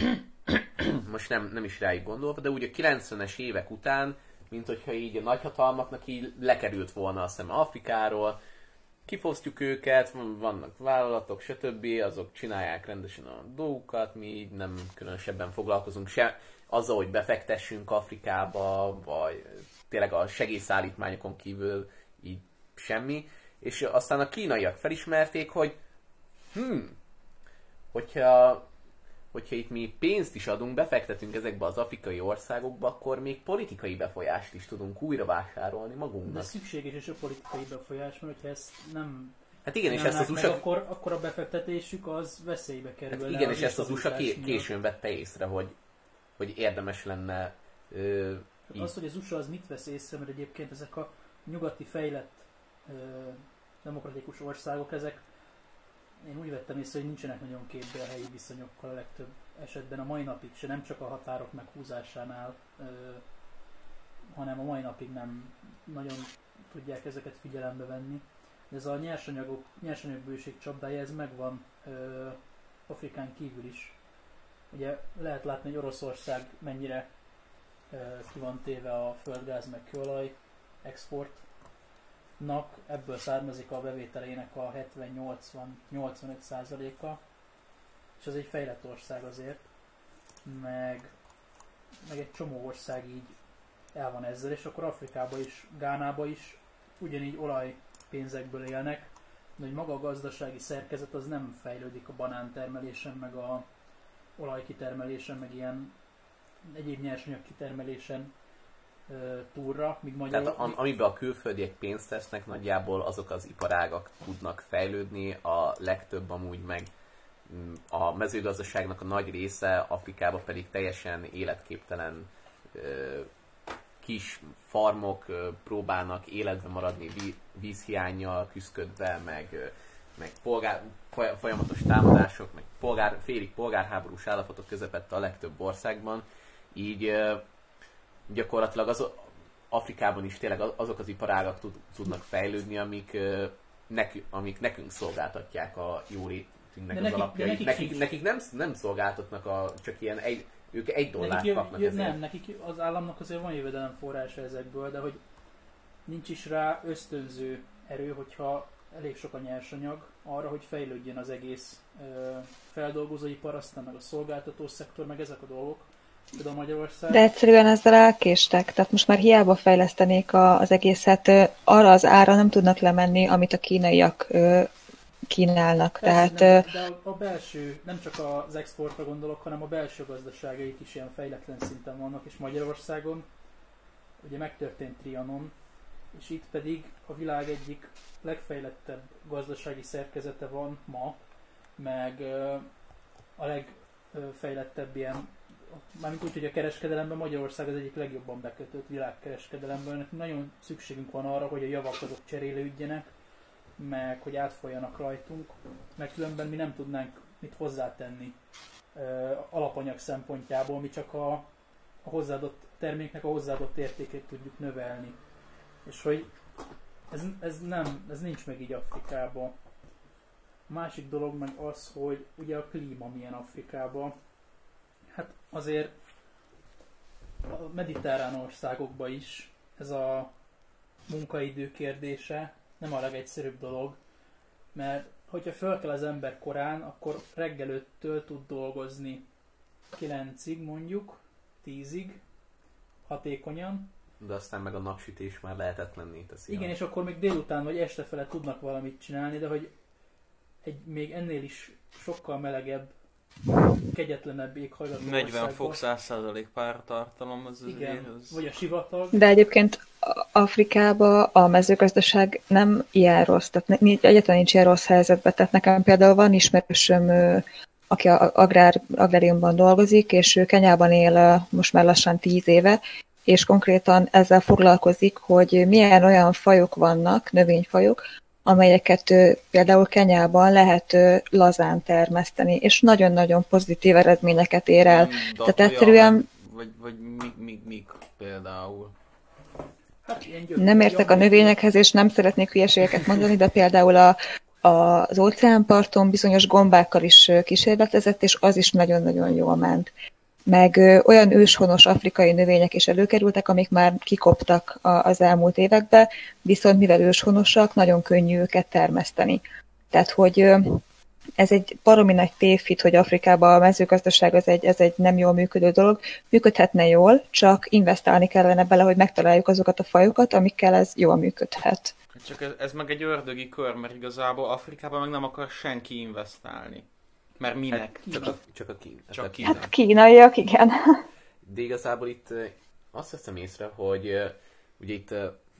B: most nem, nem is rájuk gondolva, de úgy a kilencvenes évek után, mint hogyha így a nagyhatalmaknak így lekerült volna a szeme Afrikáról, kifosztjuk őket, vannak vállalatok, stb. Azok csinálják rendesen a dolgukat, mi így nem különösebben foglalkozunk se azzal, hogy befektessünk Afrikába, vagy tényleg a segélyszállítmányokon kívül így semmi. És aztán a kínaiak felismerték, hogy hm, hogyha, hogyha itt mi pénzt is adunk, befektetünk ezekbe az afrikai országokba, akkor még politikai befolyást is tudunk újra vásárolni magunknak.
D: De szükséges is a politikai befolyás, mert hogyha ezt nem...
B: Hát igen, és ezt az u es á...
D: Meg, akkor, akkor a befektetésük az veszélybe kerül.
B: Hát igen, és ezt az u es á későn vette észre, hogy, hogy érdemes lenne... Ö,
D: az, hogy az u es á az mit vesz észre, mert egyébként ezek a nyugati fejlett ö, demokratikus országok, ezek én úgy vettem észre, hogy nincsenek nagyon képbe a helyi viszonyokkal a legtöbb esetben a mai napig se, nem csak a határok meghúzásánál, ö, hanem a mai napig nem nagyon tudják ezeket figyelembe venni. Ez a nyersanyagok, nyersanyagbőség csapdája, ez megvan ö, Afrikán kívül is. Ugye lehet látni, hogy Oroszország mennyire ö, ki van téve a földgáz meg kőolaj exportnak, ebből származik a bevételeinek a hetven-nyolcvan-nyolcvanöt százaléka, és az egy fejlett ország azért, meg, meg egy csomó ország így el van ezzel, és akkor Afrikába is, Gánába is ugyanígy olajpénzekből élnek, de hogy maga a gazdasági szerkezet az nem fejlődik a banántermelésen, meg a olajkitermelésen, meg ilyen egyéb nyersanyag kitermelésen e, túlra, míg magyarul...
B: Tehát am, amiben a külföldiek pénzt tesznek, nagyjából azok az iparágak tudnak fejlődni, a legtöbb amúgy meg a mezőgazdaságnak a nagy része, Afrikában pedig teljesen életképtelen e, kis farmok próbálnak életben maradni vízhiánnyal küszködve, meg, meg polgár, folyamatos támadások, meg polgár, félig polgárháborús állapotok közepette a legtöbb országban. Így gyakorlatilag az, Afrikában is tényleg azok az iparágak tud, tudnak fejlődni, amik, nek, amik nekünk szolgáltatják a jólét, tűnnek
D: de
B: az
D: nekik,
B: alapjai.
D: nekik,
B: nekik, nekik nem, nem szolgáltatnak a, csak ilyen egy, ők egy dollárt
D: nekik,
B: kapnak
D: jö,
B: ezért.
D: Nem, nekik az államnak azért van jövedelem forrása ezekből, de hogy nincs is rá ösztönző erő, hogyha elég sok a nyersanyag arra, hogy fejlődjön az egész ö, feldolgozóipar, aztán meg a szolgáltató szektor, meg ezek a dolgok. Tudom, Magyarország.
C: De egyszerűen ezzel elkéstek, tehát most már hiába fejlesztenék a, az egészet, arra az ára nem tudnak lemenni, amit a kínaiak kínálnak.
D: Persze,
C: Tehát,
D: nem, de a, a belső, nem csak az exportra gondolok, hanem a belső gazdaságaik is ilyen fejletlen szinten vannak, és Magyarországon ugye megtörtént Trianon, és itt pedig a világ egyik legfejlettebb gazdasági szerkezete van ma, meg a legfejlettebb ilyen, mármint úgy, hogy a kereskedelemben Magyarország az egyik legjobban bekötött világkereskedelemben. Nagyon szükségünk van arra, hogy a javak azok cserélődjenek, meg hogy átfolyanak rajtunk, mert különben mi nem tudnánk mit hozzátenni alapanyag szempontjából, mi csak a, a hozzáadott terméknek a hozzáadott értékét tudjuk növelni. És hogy ez, ez, nem, ez nincs meg így Afrikában. A másik dolog meg az, hogy ugye a klíma milyen Afrikában. Hát azért a mediterrán országokban is ez a munkaidő kérdése nem a legegyszerűbb dolog, mert hogyha föl kell az ember korán, akkor reggel öttől tud dolgozni kilencig mondjuk, tízig, hatékonyan.
B: De aztán meg a napsütés már lehetetlenné teszi.
D: Igen, és akkor még délután vagy este fele tudnak valamit csinálni, de hogy egy még ennél is sokkal melegebb, kegyetlenebb éghajlatú
A: negyven fok, száz százalék pártartalom az
D: igen,
A: az...
D: vagy a sivatag.
C: De egyébként Afrikában a mezőgazdaság nem ilyen rossz, tehát egyáltalán nincs ilyen rossz helyzetben. Tehát nekem például van ismerősöm, aki a agrár, agráriumban dolgozik, és ő Kenyában él most már lassan tíz éve, és konkrétan ezzel foglalkozik, hogy milyen olyan fajok vannak, növényfajok, amelyeket például Kenyában lehet lazán termeszteni, és nagyon-nagyon pozitív eredményeket ér el. Tehát egyszerűen...
A: Vagy, vagy mik, mik, mik például?
D: Hát,
C: nem értek a növényekhez, és nem szeretnék hülyeségeket mondani, de például a, a, az óceánparton bizonyos gombákkal is kísérletezett, és az is nagyon-nagyon jól ment. Meg ö, olyan őshonos afrikai növények is előkerültek, amik már kikoptak a, az elmúlt években, viszont mivel őshonosak, nagyon könnyű őket termeszteni. Tehát, hogy ö, ez egy baromi nagy tévhit, hogy Afrikában a mezőgazdaság az egy, ez egy nem jól működő dolog. Működhetne jól, csak investálni kellene bele, hogy megtaláljuk azokat a fajokat, amikkel ez jól működhet.
A: Csak ez, ez meg egy ördögi kör, mert igazából Afrikában meg nem akar senki investálni. Mert minek?
B: Hát, csak, a, csak a Kína.
A: Csak
B: a
A: Kína.
C: Hát kínaiak, igen.
B: De igazából itt azt veszem észre, hogy ugye itt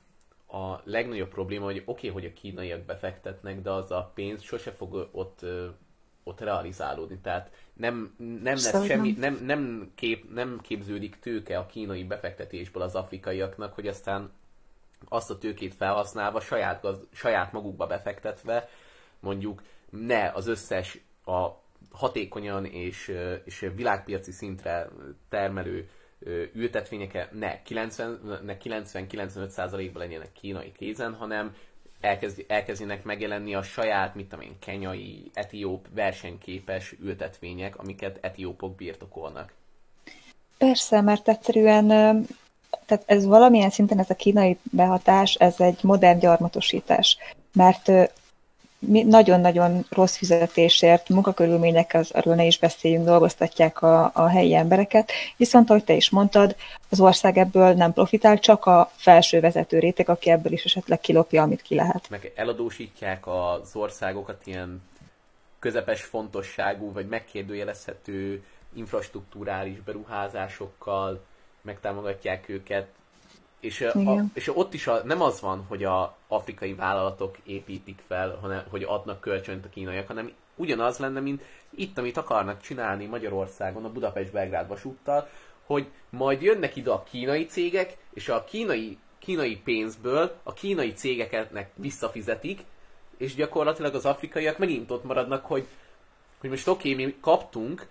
B: a legnagyobb probléma, hogy oké, okay, hogy a kínaiak befektetnek, de az a pénz sose fog ott, ott realizálódni. Tehát nem, nem lesz semmi, nem, nem, kép, nem képződik tőke a kínai befektetésből az afrikaiaknak, hogy aztán azt a tőkét felhasználva, saját, gaz, saját magukba befektetve, mondjuk ne az összes a hatékonyan és, és világpiaci szintre termelő ültetvényeket ne kilencven-kilencvenöt százalékban legyenek kínai kézen, hanem elkezd, elkezdjenek megjelenni a saját, mit tudom én, kenyai, etióp versenyképes ültetvények, amiket etiópok birtokolnak.
C: Persze, mert egyszerűen tehát ez valamilyen szinten ez a kínai behatás, ez egy modern gyarmatosítás, mert nagyon-nagyon rossz fizetésért, munkakörülmények, az, arról ne is beszéljünk, dolgoztatják a, a helyi embereket, viszont ahogy te is mondtad, az ország ebből nem profitál, csak a felső vezető réteg, aki ebből is esetleg kilopja, amit ki lehet.
B: Meg eladósítják az országokat ilyen közepes fontosságú, vagy megkérdőjelezhető infrastrukturális beruházásokkal, megtámogatják őket, és, a, és ott is a, nem az van, hogy az afrikai vállalatok építik fel, hanem hogy adnak kölcsönt a kínaiak, hanem ugyanaz lenne, mint itt, amit akarnak csinálni Magyarországon a Budapest-Belgrád vasúttal, hogy majd jönnek ide a kínai cégek, és a kínai, kínai pénzből a kínai cégeknek visszafizetik, és gyakorlatilag az afrikaiak megint ott maradnak, hogy, hogy most oké, okay, mi kaptunk,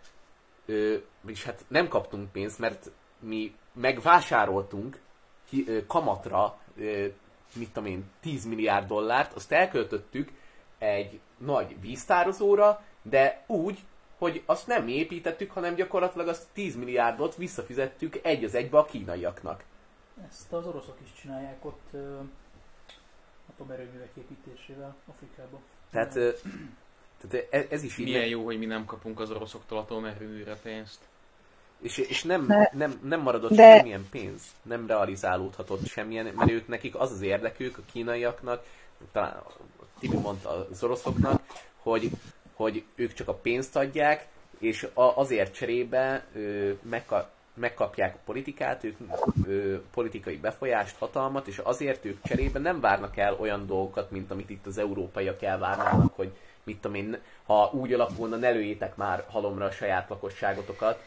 B: és hát nem kaptunk pénzt, mert mi megvásároltunk kamatra, mit tudom én, tíz milliárd dollárt, azt elköltöttük egy nagy víztározóra, De úgy, hogy azt nem mi építettük, hanem gyakorlatilag azt tíz milliárdot visszafizettük egy az egybe a kínaiaknak.
D: Ezt az oroszok is csinálják ott ö, atomerőművek építésével Afrikában.
B: Tehát, ö, tehát ez, ez is így...
A: Milyen jó, hogy mi nem kapunk az oroszoktól atomerőműre pénzt.
B: És, és nem,
C: de,
B: nem, nem maradott
C: de...
B: semmilyen pénz, nem realizálódhatott semmilyen, mert ők nekik az az érdekük, a kínaiaknak, talán Tibi mondta az oroszoknak, hogy, hogy ők csak a pénzt adják, és a, azért cserébe ö, megka, megkapják a politikát, ők ö, politikai befolyást, hatalmat, és azért ők cserébe nem várnak el olyan dolgokat, mint amit itt az európaiak elvárnának, hogy mit tudom én, ha úgy alakulna, ne lőjétek már halomra a saját lakosságotokat.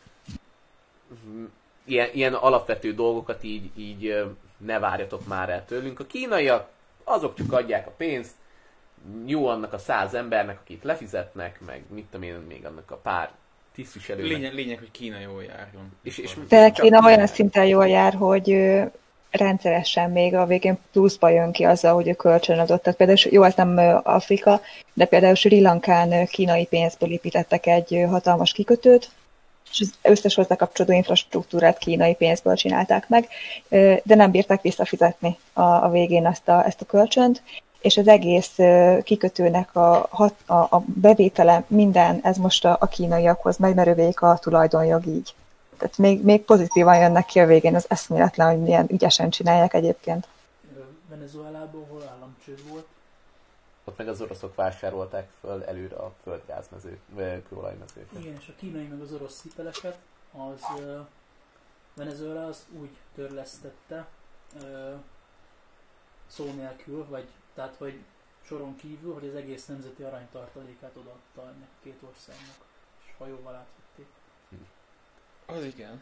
B: Ilyen, ilyen alapvető dolgokat így, így ne várjatok már el tőlünk. A kínaiak, azok csak adják a pénzt, jó annak a száz embernek, akit lefizetnek, meg mit tudom én, még annak a pár tisztviselőnek.
A: Lényeg, lényeg hogy Kína jól járjon.
B: És, és
C: De Kína olyan szinten jól jár, hogy rendszeresen még a végén pluszba jön ki azzal, hogy ő kölcsönadottak. Például jó, ez nem Afrika, de például Sri Lankán kínai pénzből építettek egy hatalmas kikötőt, és az összes hozzá kapcsolódó infrastruktúrát kínai pénzből csinálták meg, de nem bírták visszafizetni a, a végén ezt a, ezt a kölcsönt, és az egész kikötőnek a, a, a bevétele, minden, ez most a, a kínaiakhoz megy, mert övék a tulajdonjog így. Tehát még, még pozitívan jönnek ki a végén, az eszméletlen, hogy milyen ügyesen csinálják egyébként.
D: Venezuelában, hol államcsőd volt?
B: Ott meg az oroszok vásárolták föl előre a földgázmezőt, vagy kőolajmezőt.
D: Igen, és a kínai meg az orosz hiteleket, az uh, Venezuela azt úgy törlesztette uh, szó nélkül, vagy tehát, hogy soron kívül, hogy az egész nemzeti aranytartalékát odaadta ennek két országnak, és hajóval átvették.
A: Az igen.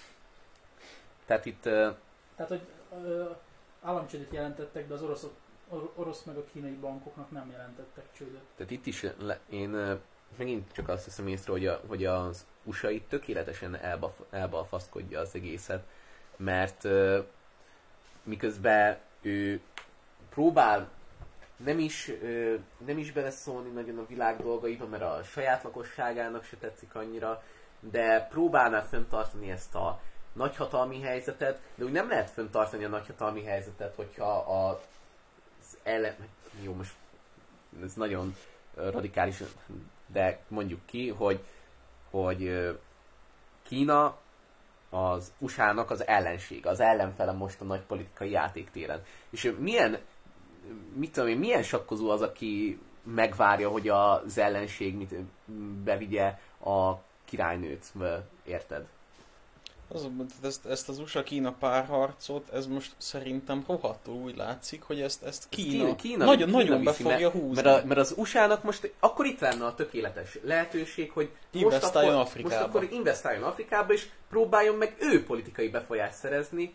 B: Tehát itt... Uh...
D: Tehát, hogy uh, államcsődöt jelentettek, de az oroszok orosz meg a kínai bankoknak nem jelentettek csődöt.
B: Tehát itt is le, én megint csak azt hiszem észre, hogy, a, hogy az u es á itt tökéletesen elba, elbalfaszkodja az egészet, mert uh, miközben ő próbál nem is, uh, nem is beleszólni nagyon a világ dolgaiba, mert a saját lakosságának se tetszik annyira, de próbálná fenntartani ezt a nagyhatalmi helyzetet, de úgy nem lehet fenntartani a nagyhatalmi helyzetet, hogyha a ellen... Jó, most ez nagyon radikális, de mondjuk ki, hogy, hogy Kína az u es á-nak az ellenség, az ellenfele most a nagy politikai játéktéren. És milyen, mit tudom én, milyen sakkozó az, aki megvárja, hogy az ellenség mit bevigye a királynőt, érted?
A: Az, ezt, ezt az u es á-Kína párharcot, ez most szerintem rohadtul úgy látszik, hogy ezt, ezt Kína, Kína nagyon, Kína nagyon be fogja
B: mert,
A: húzni.
B: Mert, a, mert az u es á-nak most akkor itt lenne a tökéletes lehetőség, hogy
A: investáljon
B: most
A: Afrikába.
B: Most akkor investáljon Afrikába, és próbáljon meg ő politikai befolyást szerezni,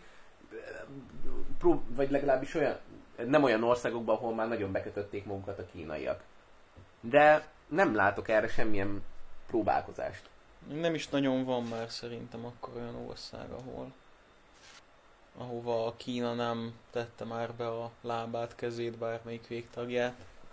B: prób- vagy legalábbis olyan, nem olyan országokban, ahol már nagyon bekötötték magukat a kínaiak. De nem látok erre semmilyen próbálkozást.
A: Nem is nagyon van már szerintem akkor olyan ország, ahol ahova a Kína nem tette már be a lábát, kezét, bármelyik végtagját.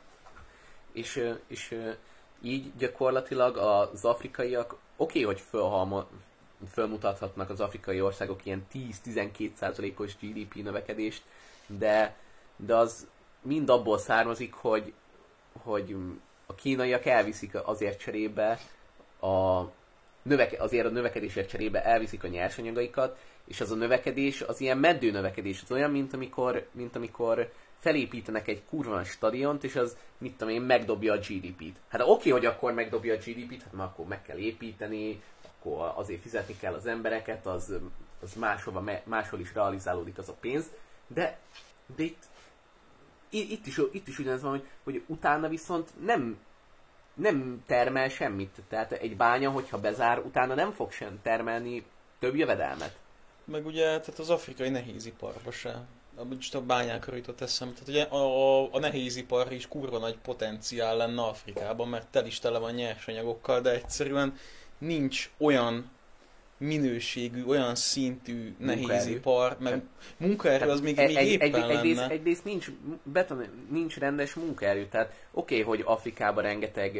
A: És,
B: és így gyakorlatilag az afrikaiak oké, okay, hogy fölhalmo, fölmutathatnak az afrikai országok ilyen tíz-tizenkét százalékos gé dé pé növekedést, de, de az mind abból származik, hogy, hogy a kínaiak elviszik azért cserébe a Növeke, azért a növekedésért cserébe elviszik a nyersanyagaikat, és az a növekedés, az ilyen meddő növekedés, az olyan, mint amikor, mint amikor felépítenek egy kurva stadiont, és az, mit tudom én, megdobja a gé dé pét. Hát oké, okay, hogy akkor megdobja a gé dé pét, hát már akkor meg kell építeni, akkor azért fizetni kell az embereket, az, az máshova, máshol is realizálódik az a pénz, de, de itt, itt, is, itt is ugyanez van, hogy, hogy utána viszont nem nem termel semmit. Tehát egy bánya, hogyha bezár, utána nem fog sem termelni több jövedelmet.
A: Meg ugye tehát az afrikai nehéziparba se. Most a bányákra jutott eszembe. Tehát ugye a, a nehézipar is kurva nagy potenciál lenne Afrikában, mert tel is tele van nyersanyagokkal, de egyszerűen nincs olyan minőségű, olyan szintű nehézipar, meg munkaerő az még, még
B: egy,
A: éppen
B: egy,
A: lenne.
B: Egyrészt, egyrészt nincs, beton, nincs rendes munkaerő, tehát oké, okay, hogy Afrikában rengeteg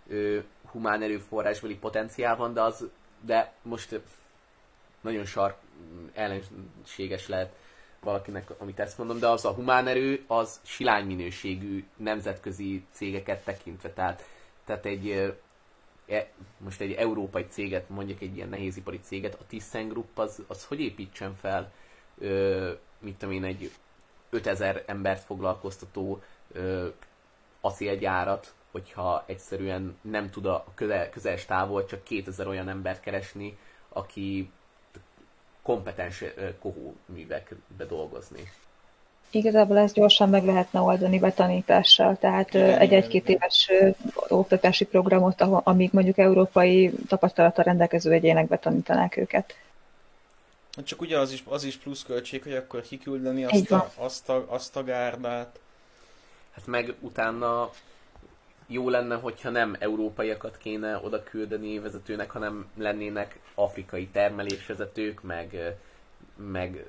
B: ö, humán erőforrásbeli potenciál van, de, az, de most nagyon sark ellenséges lehet valakinek, amit ezt mondom, de az a humán erő, az silány minőségű nemzetközi cégeket tekintve. Tehát, tehát egy, e, most egy európai céget, mondjuk egy ilyen nehézipari céget, a ThyssenKrupp az, az hogy építsen fel, ö, mit tudom én, egy ötezer embert foglalkoztató ö, acélgyárat, hogyha egyszerűen nem tud a közel, közeles távol csak kétezer olyan embert keresni, aki kompetens kohóművekbe dolgozni.
C: Igazából ezt gyorsan meg lehetne oldani betanítással, tehát igen, egy-egy-két éves oktatási programot, amíg mondjuk európai tapasztalattal rendelkező egyének betanítanák őket.
A: Csak ugye az is, az is pluszköltség, hogy akkor kiküldeni azt a, azt, a, azt a gárdát.
B: Hát meg utána jó lenne, hogyha nem európaiakat kéne oda küldeni vezetőnek, hanem lennének afrikai termelésvezetők, meg, meg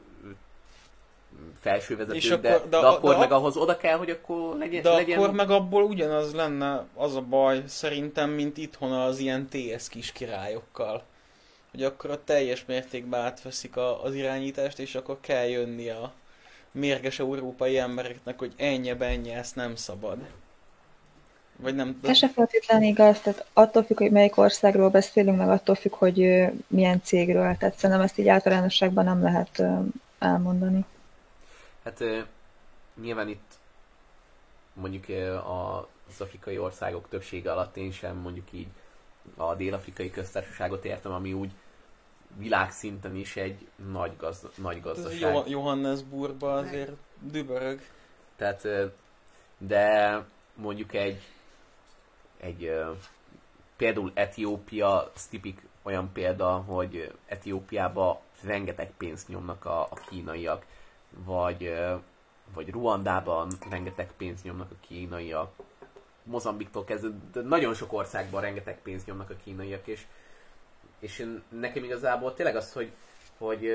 B: felsővezetők, akkor, de, de, de akkor de meg a... ahhoz oda kell, hogy akkor legyen...
A: De
B: legyen...
A: akkor meg abból ugyanaz lenne az a baj szerintem, mint itthon az ilyen té es kis királyokkal. Hogy akkor a teljes mértékben átveszik a, az irányítást, és akkor kell jönni a mérges európai embereknek, hogy ennyi-ennyi, ezt nem szabad. Vagy nem...
C: Ez se feltétlenül igaz, tehát attól függ, hogy melyik országról beszélünk, meg attól függ, hogy milyen cégről. Tehát szerintem ezt így általánosságban nem lehet elmondani.
B: Hát nyilván itt mondjuk az afrikai országok többsége alatt én sem mondjuk így a dél-afrikai köztársaságot értem, ami úgy világszinten is egy nagy, gazda, nagy gazdaság.
A: Johannesburgban azért dübörög.
B: Tehát, de mondjuk egy, egy például Etiópia, ez tipik olyan példa, hogy Etiópiába rengeteg pénzt nyomnak a, a kínaiak, vagy, vagy Ruandában rengeteg pénzt nyomnak a kínaiak, Mozambiktól kezdve, de nagyon sok országban rengeteg pénzt nyomnak a kínaiak, és, és nekem igazából tényleg az, hogy, hogy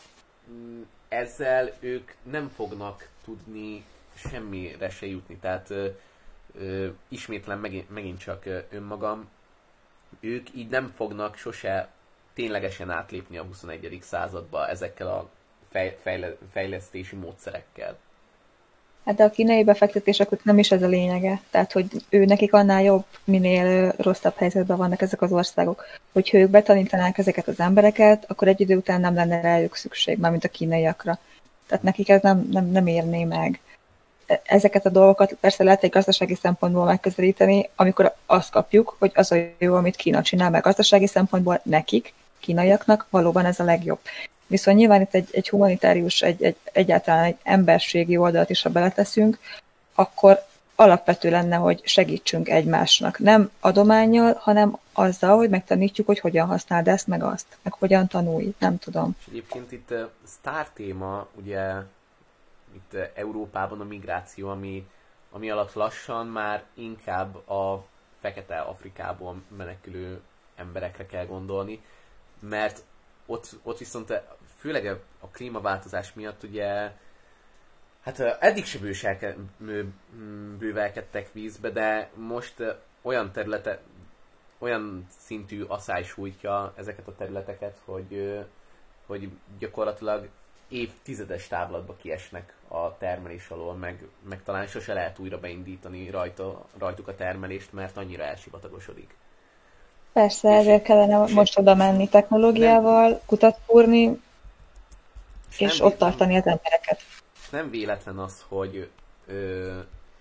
B: ezzel ők nem fognak tudni semmire se jutni, tehát ö, ö, ismétlen megint, megint csak önmagam, ők így nem fognak sose ténylegesen átlépni a huszonegyedik századba ezekkel a fej, fejle, fejlesztési módszerekkel.
C: Hát de a kínai befektetések nem is ez a lényege. Tehát, hogy ő nekik annál jobb, minél rosszabb helyzetben vannak ezek az országok. Hogyha ők betanítanák ezeket az embereket, akkor egy idő után nem lenne rájuk szükség, mármint a kínaiakra. Tehát nekik ez nem, nem, nem érné meg. Ezeket a dolgokat persze lehet egy gazdasági szempontból megközelíteni, amikor azt kapjuk, hogy az a jó, amit Kína csinál, meg gazdasági szempontból nekik, kínaiaknak valóban ez a legjobb. Viszont nyilván itt egy, egy humanitárius, egy, egy, egyáltalán egy emberségi oldalt is, ha beleteszünk, akkor alapvető lenne, hogy segítsünk egymásnak. Nem adománnyal, hanem azzal, hogy megtanítjuk, hogy hogyan használd ezt, meg azt, meg hogyan tanulj, nem tudom.
B: És egyébként itt uh, sztár téma, ugye itt uh, Európában a migráció, ami, ami alatt lassan már inkább a fekete Afrikából menekülő emberekre kell gondolni, mert ott, ott viszont főleg a klímaváltozás miatt ugye, hát eddig se bőselke, bővelkedtek vízbe, de most olyan területe, olyan szintű asszály sújtja ezeket a területeket, hogy, hogy gyakorlatilag évtizedes távlatba kiesnek a termelés alól, meg, meg talán sose lehet újra beindítani rajta, rajtuk a termelést, mert annyira elsivatagosodik.
C: Persze, ezért kellene most oda menni technológiával, nem, kutat fúrni, és, és ott tartani az embereket.
B: Nem véletlen az, hogy ö,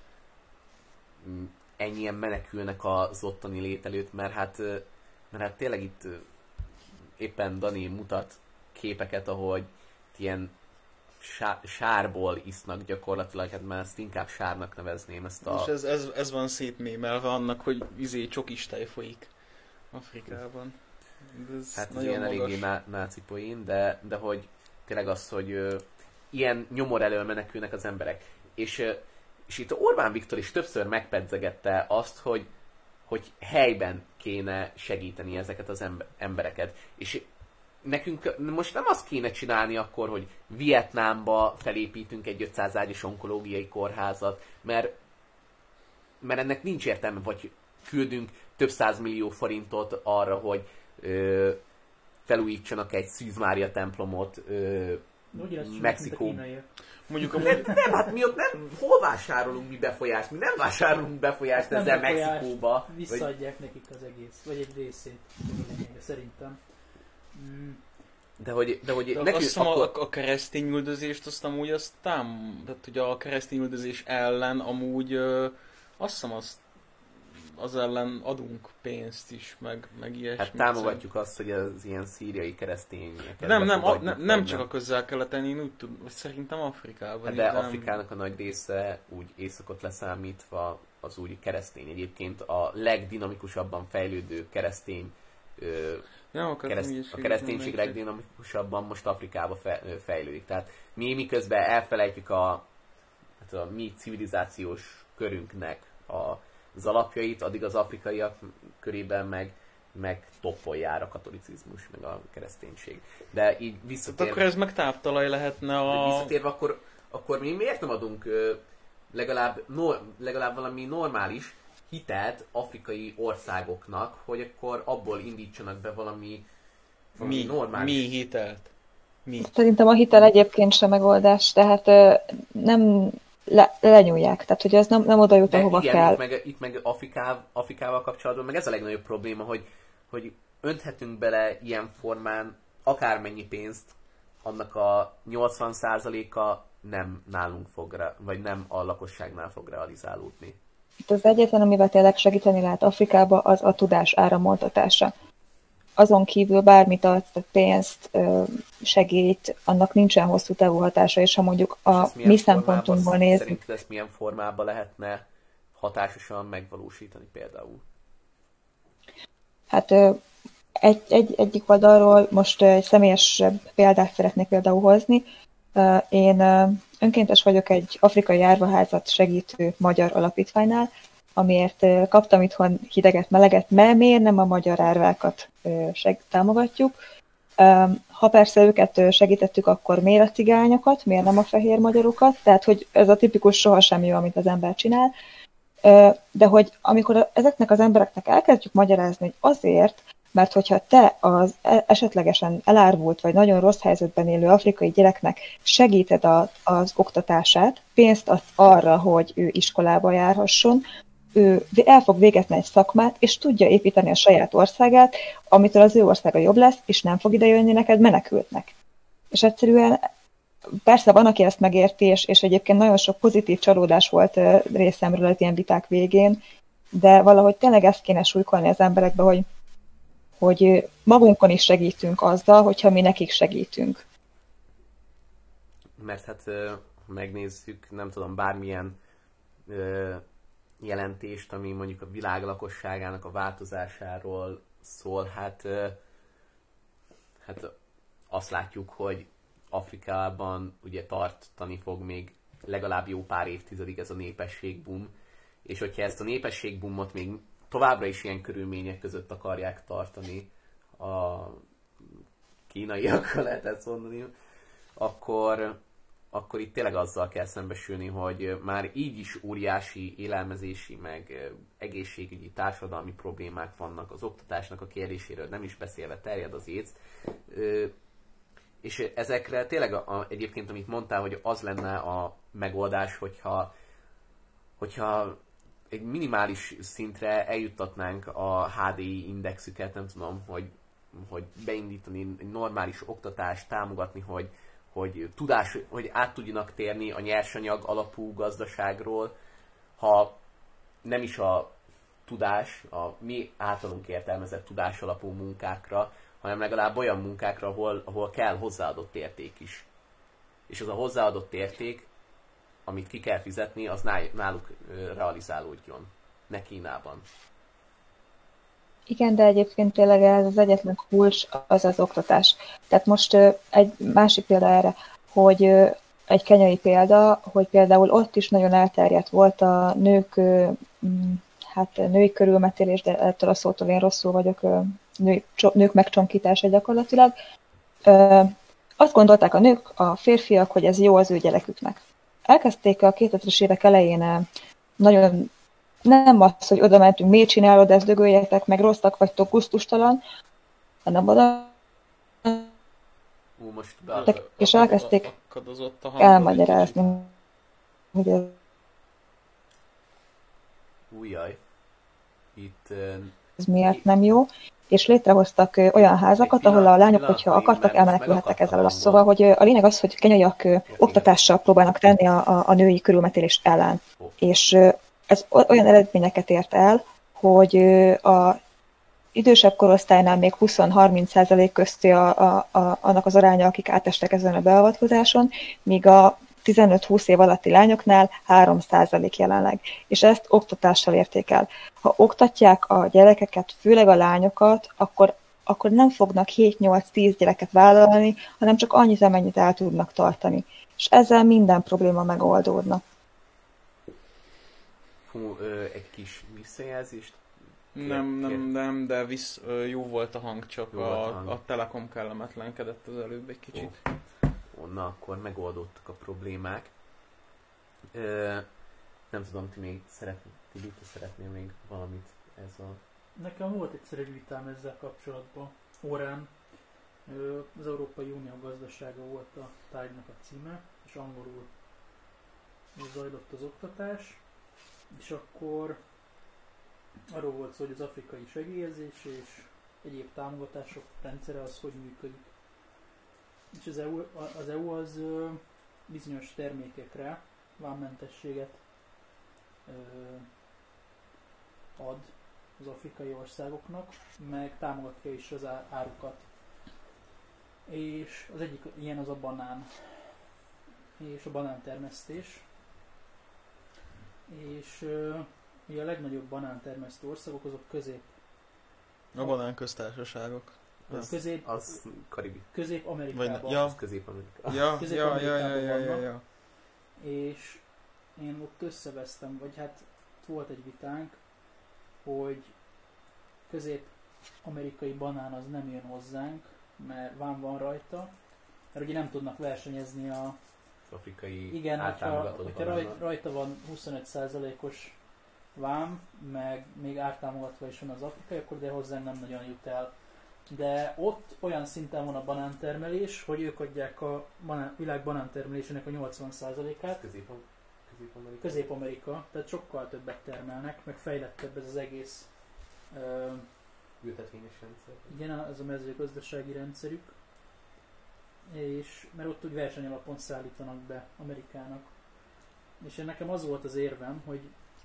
B: ennyien menekülnek az ottani lét előtt, mert hát, mert hát tényleg itt éppen Dani mutat képeket, ahogy ilyen sárból isznak gyakorlatilag, hát már ezt inkább sárnak nevezném ezt a...
A: És ez, ez, ez van szétmémelve annak, hogy izé csokistáj folyik Afrikában. Ez
B: hát ez ilyen eléggé ná- náci poén, de, de hogy tényleg az, hogy ö, ilyen nyomor elől menekülnek az emberek. És, ö, és itt Orbán Viktor is többször megpedzegette azt, hogy, hogy helyben kéne segíteni ezeket az embereket. És nekünk most nem azt kéne csinálni akkor, hogy Vietnámba felépítünk egy ötszáz ágyas onkológiai kórházat, mert, mert ennek nincs értelme, vagy küldünk több százmillió forintot arra, hogy ö, felújítsanak egy Szűz Mária templomot ö, Mexikó.
A: Mondjuk a
B: nem, nem, hát mi ott nem, hol vásárolunk mi befolyást? Mi nem vásárolunk befolyást
D: nem
B: ezzel
D: befolyást,
B: Mexikóba.
D: Visszaadják vagy... nekik az egész, vagy egy részét, szerintem. Mm.
B: De hogy, de hogy
A: de
B: nekünk
A: azt hiszem
B: akkor...
A: a, a keresztény üldözést azt amúgy azt tám... Tehát ugye a keresztény üldözés ellen amúgy ö, azt hiszem azt az ellen adunk pénzt is, meg, meg ilyesmit.
B: Hát támogatjuk azt, hogy az ilyen szíriai keresztényeket
A: Nem, nem, a, nem, nem csak a Közel-Keleten, én úgy tudom, szerintem Afrikában.
B: Hát de
A: nem...
B: Afrikának a nagy része úgy északot leszámítva az úgy keresztény. Egyébként a legdinamikusabban fejlődő keresztény ö,
A: nem,
B: kereszt, a kereszténység legdinamikusabban most Afrikába fejlődik. Tehát mi miközben elfelejtjük a, hát a mi civilizációs körünknek a az alapjait, addig az afrikaiak körében meg, meg toppoljára a katolicizmus, meg a kereszténység. De így visszatérve...
A: Hát akkor ez meg táptalaj lehetne a...
B: De visszatérve, akkor, akkor mi miért nem adunk legalább, no, legalább valami normális hitelt afrikai országoknak, hogy akkor abból indítsanak be valami, valami
A: mi,
B: normális...
A: Mi hitelt? Mi?
C: Szerintem a hitel egyébként sem megoldás, tehát ö, nem... Le, lenyúlják, tehát hogy az nem, nem oda jut, ahova
B: igen,
C: kell.
B: Itt meg, itt meg Afriká, Afrikával kapcsolatban, meg ez a legnagyobb probléma, hogy, hogy önthetünk bele ilyen formán akármennyi pénzt, annak a nyolcvan százaléka nem nálunk fog, re, vagy nem a lakosságnál fog realizálódni.
C: Itt az egyetlen, amivel tényleg segíteni lehet Afrikába, az a tudás áramoltatása. Azon kívül bármit adsz, pénzt, segít, annak nincsen hosszú távú hatása, és ha mondjuk a mi szempontunkból nézzük...
B: Szerinted ezt milyen formában lehetne hatásosan megvalósítani például?
C: Hát egy, egy, egyik oldalról most egy személyesebb példát szeretnék például hozni. Én önkéntes vagyok egy afrikai árvaházat segítő magyar alapítványnál, amiért kaptam itthon hideget, meleget, mert miért nem a magyar árvákat seg- támogatjuk. Ha persze őket segítettük, akkor miért a cigányokat, miért nem a fehér magyarokat, tehát hogy ez a tipikus sohasem jó, amit az ember csinál. De hogy amikor ezeknek az embereknek elkezdjük magyarázni, hogy azért, mert hogyha te az esetlegesen elárvult vagy nagyon rossz helyzetben élő afrikai gyereknek segíted a, az oktatását, pénzt adsz arra, hogy ő iskolába járhasson, ő el fog végezni egy szakmát, és tudja építeni a saját országát, amitől az ő országa jobb lesz, és nem fog idejönni neked menekültnek. És egyszerűen persze van, aki ezt megérti, és, és egyébként nagyon sok pozitív csalódás volt részemről az ilyen viták végén, de valahogy tényleg ezt kéne súlykolni az emberekbe, hogy, hogy magunkon is segítünk azzal, hogyha mi nekik segítünk.
B: Mert hát, ha megnézzük, nem tudom, bármilyen jelentést, ami mondjuk a világ lakosságának a változásáról szól, hát, hát azt látjuk, hogy Afrikában ugye tartani fog még legalább jó pár évtizedig ez a népességboom, és hogyha ezt a népességboomot még továbbra is ilyen körülmények között akarják tartani a kínaiakkal, lehet ezt mondani, akkor, akkor itt tényleg azzal kell szembesülni, hogy már így is óriási élelmezési, meg egészségügyi, társadalmi problémák vannak, az oktatásnak a kérdéséről nem is beszélve terjed az AIDS. És ezekre tényleg a, a, egyébként, amit mondtál, hogy az lenne a megoldás, hogyha, hogyha egy minimális szintre eljuttatnánk a há dé i indexüket, nem tudom, hogy, hogy beindítani egy normális oktatást, támogatni, hogy, hogy tudás, hogy át tudjanak térni a nyersanyag alapú gazdaságról, ha nem is a tudás, a mi általunk értelmezett tudás alapú munkákra, hanem legalább olyan munkákra, ahol, ahol kell hozzáadott érték is. És az a hozzáadott érték, amit ki kell fizetni, az náluk realizálódjon, ne Kínában.
C: Igen, de egyébként tényleg ez az egyetlen kulcs, az az oktatás. Tehát most egy másik példa erre, hogy egy kenyai példa, hogy például ott is nagyon elterjedt volt a nők, hát női körülmetélés, de ettől a szótól én rosszul vagyok, női, nők megcsonkítása gyakorlatilag. Azt gondolták a nők, a férfiak, hogy ez jó az ő gyereküknek. Elkezdték a kétezres évek elején nagyon nem az, hogy oda mentünk, miért csinálod, ezt dögöljetek, meg rosszak vagytok, gusztustalan, hanem oda
B: Ú, most
C: és elkezdték elmagyarázni, hogy ez...
B: Újjaj. Itt...
C: ez miért nem jó, és létrehoztak olyan házakat, ahol a lányok, hogyha akartak, elmenekülhettek ezzel. Szóval, hogy a lényeg az, hogy kenyaiak oktatással próbálnak tenni a, a, a női körülmetélés ellen. És ez olyan eredményeket ért el, hogy a idősebb korosztálynál még húsz-harminc százalék közti a, a, a, annak az aránya, akik átestek ezen a beavatkozáson, míg a tizenöt-húsz év alatti lányoknál három százalék jelenleg. És ezt oktatással érték el. Ha oktatják a gyerekeket, főleg a lányokat, akkor, akkor nem fognak hét-nyolc-tíz gyereket vállalni, hanem csak annyit, amennyit el tudnak tartani. És ezzel minden probléma megoldódna.
B: Fú, ö, egy kis visszajelzést.
A: Kér, nem, nem, nem, de visz, jó volt a hang, csak a,
B: a, hang.
A: a Telekom kellemetlenkedett az előbb egy kicsit.
B: Ó. Na, akkor megoldottak a problémák. Ö, nem tudom, ti még szeretnél, ti, ti szeretnél még valamit ez a...
D: Nekem volt egyszer egy vitám ezzel kapcsolatban. Órán az Európai Unió gazdasága volt a tárgynak a címe, és angolul zajlott az oktatás, és akkor arról volt szó, hogy az afrikai segélyezés és egyéb támogatások rendszere az hogy működik. És az é u az, é u az ö, bizonyos termékekre vámmentességet ö, ad az afrikai országoknak, meg támogatja is az árukat. És az egyik ilyen az a banán, és a banántermesztés. És ö, a legnagyobb banántermesztő országok azok közép.
A: A banánköztársaságok.
B: Az, közép, az Karibi.
D: Közép-Amerikában.
A: Ja.
B: Az Közép-Amerikában.
A: Ja, ja, ja, ja, ja, ja, ja.
D: És én ott összevesztem, vagy hát volt egy vitánk, hogy közép-amerikai banán az nem jön hozzánk, mert vám van rajta, mert ugye nem tudnak versenyezni a...
B: Az afrikai
D: igen, hogyha, hogyha rajta, rajta van huszonöt százalékos vám, meg még ártámogatva is van az afrikai, akkor de hozzánk nem nagyon jut el. De ott olyan szinten van a banántermelés, hogy ők adják a banán, világ banántermelésének a nyolcvan százalékát.
B: Közép-Amerika.
D: Közép-Amerika, tehát sokkal többet termelnek, meg fejlettebb ez az egész uh,
B: ültetvényes rendszer.
D: Igen, ez a mezőgazdasági rendszerük. És mert ott úgy versenyalapon szállítanak be Amerikának. És nekem az volt az érvem, hogy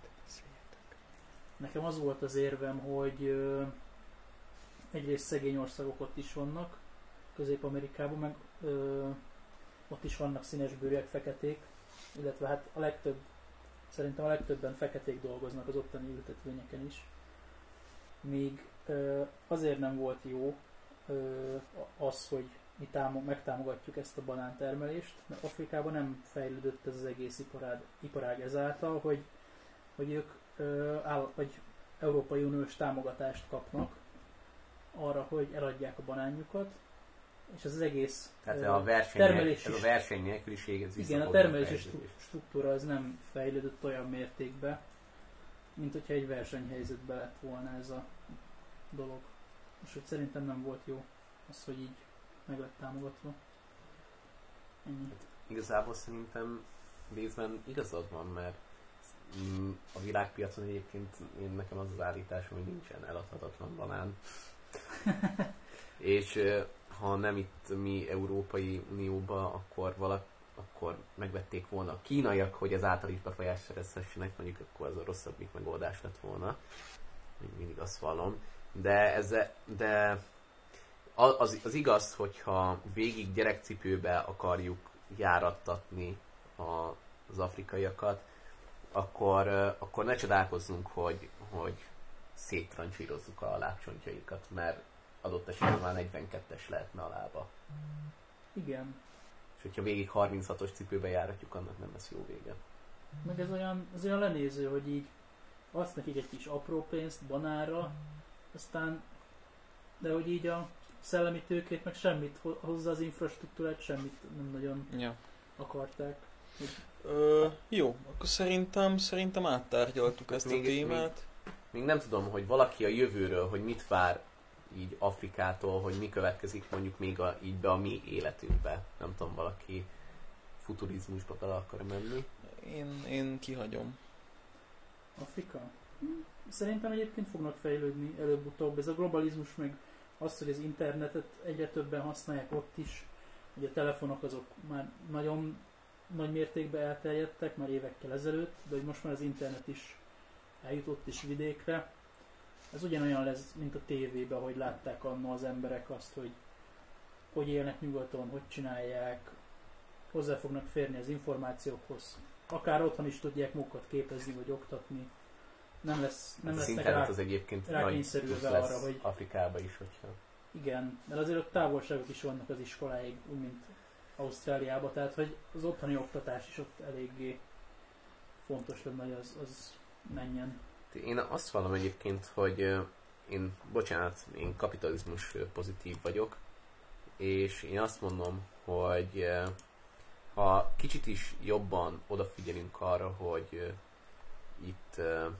D: nekem az volt az érvem, hogy uh, egyrészt szegény országok ott is vannak, Közép-Amerikában, meg ö, ott is vannak színesbőrűek, feketék, illetve hát a legtöbb, szerintem a legtöbben feketék dolgoznak az ottani ültetvényeken is. Míg ö, azért nem volt jó ö, az, hogy mi támog, megtámogatjuk ezt a banántermelést, mert Afrikában nem fejlődött ez az egész iparág, iparág ezáltal, hogy, hogy ők ö, áll, vagy Európai Uniós támogatást kapnak arra, hogy eladják a banánjukat, és ez az egész
B: tehát a verseny, termelési, ez a verseny nélküliség, ez
D: igen, a termelési struktúra az nem fejlődött olyan mértékben, mint hogyha egy versenyhelyzetbe lett volna ez a dolog. És hogy szerintem nem volt jó az, hogy így meg lett támogatva. Ennyi.
B: Hát, igazából szerintem részben igazad van, mert a világpiacon egyébként én nekem az az állításom, hogy nincsen eladhatatlan banán. És ha nem itt mi Európai Unióba, akkor valak, akkor megvették volna a kínaiak, hogy az által is befolyást szerezhessenek, mondjuk akkor az a rosszabbik megoldás lett volna. Még mindig azt vallom. De, ez, de az, az igaz, hogyha végig gyerekcipőbe akarjuk járattatni a, az afrikaiakat, akkor, akkor ne csodálkozzunk, hogy, hogy széttrancsírozzuk a lábcsontjaikat, mert adott esetben már negyvenkettes lehetne a lába.
D: Igen.
B: És hogyha végig harminchatos cipőbe járatjuk, annak nem lesz jó vége.
D: Meg ez olyan, ez olyan lenéző, hogy így adsz nekik egy kis apró pénzt banánra, aztán, de hogy így a szellemi tőkét, meg semmit hozzá az infrastruktúrát, semmit nem nagyon
A: ja.
D: akarták.
A: Ö, jó, akkor szerintem, szerintem áttárgyaltuk ezt még, a témát.
B: Még, még nem tudom, hogy valaki a jövőről, hogy mit vár így Afrikától, hogy mi következik mondjuk még a, így be a mi életünkbe. Nem tudom, valaki futurizmusba bele akar menni.
A: Én, én kihagyom.
D: Afrika? Szerintem egyébként fognak fejlődni előbb-utóbb. Ez a globalizmus meg az, hogy az internetet egyre többen használják ott is. Ugye a telefonok azok már nagyon nagy mértékben elterjedtek, már évekkel ezelőtt, de hogy most már az internet is eljutott is vidékre. Ez ugyanolyan lesz, mint a tévében, hogy látták anno az emberek azt, hogy hogy élnek nyugaton, hogy csinálják, hozzá fognak férni az információkhoz. Akár otthon is tudják magukat képezni vagy oktatni. Nem lesz, nem
B: hát
D: lesznek
B: rá,
D: rá,
B: az egyébként
D: rákényszerülve
B: lesz
D: arra, hogy...
B: Afrikába is, hogyha...
D: Igen, mert azért ott távolságok is vannak az iskoláig, úgy mint Ausztráliában, tehát hogy az otthoni oktatás is ott eléggé fontos lenne, hogy az, az menjen.
B: Én azt vallom egyébként, hogy én, bocsánat, én kapitalizmus pozitív vagyok, és én azt mondom, hogy ha kicsit is jobban odafigyelünk arra, hogy itt,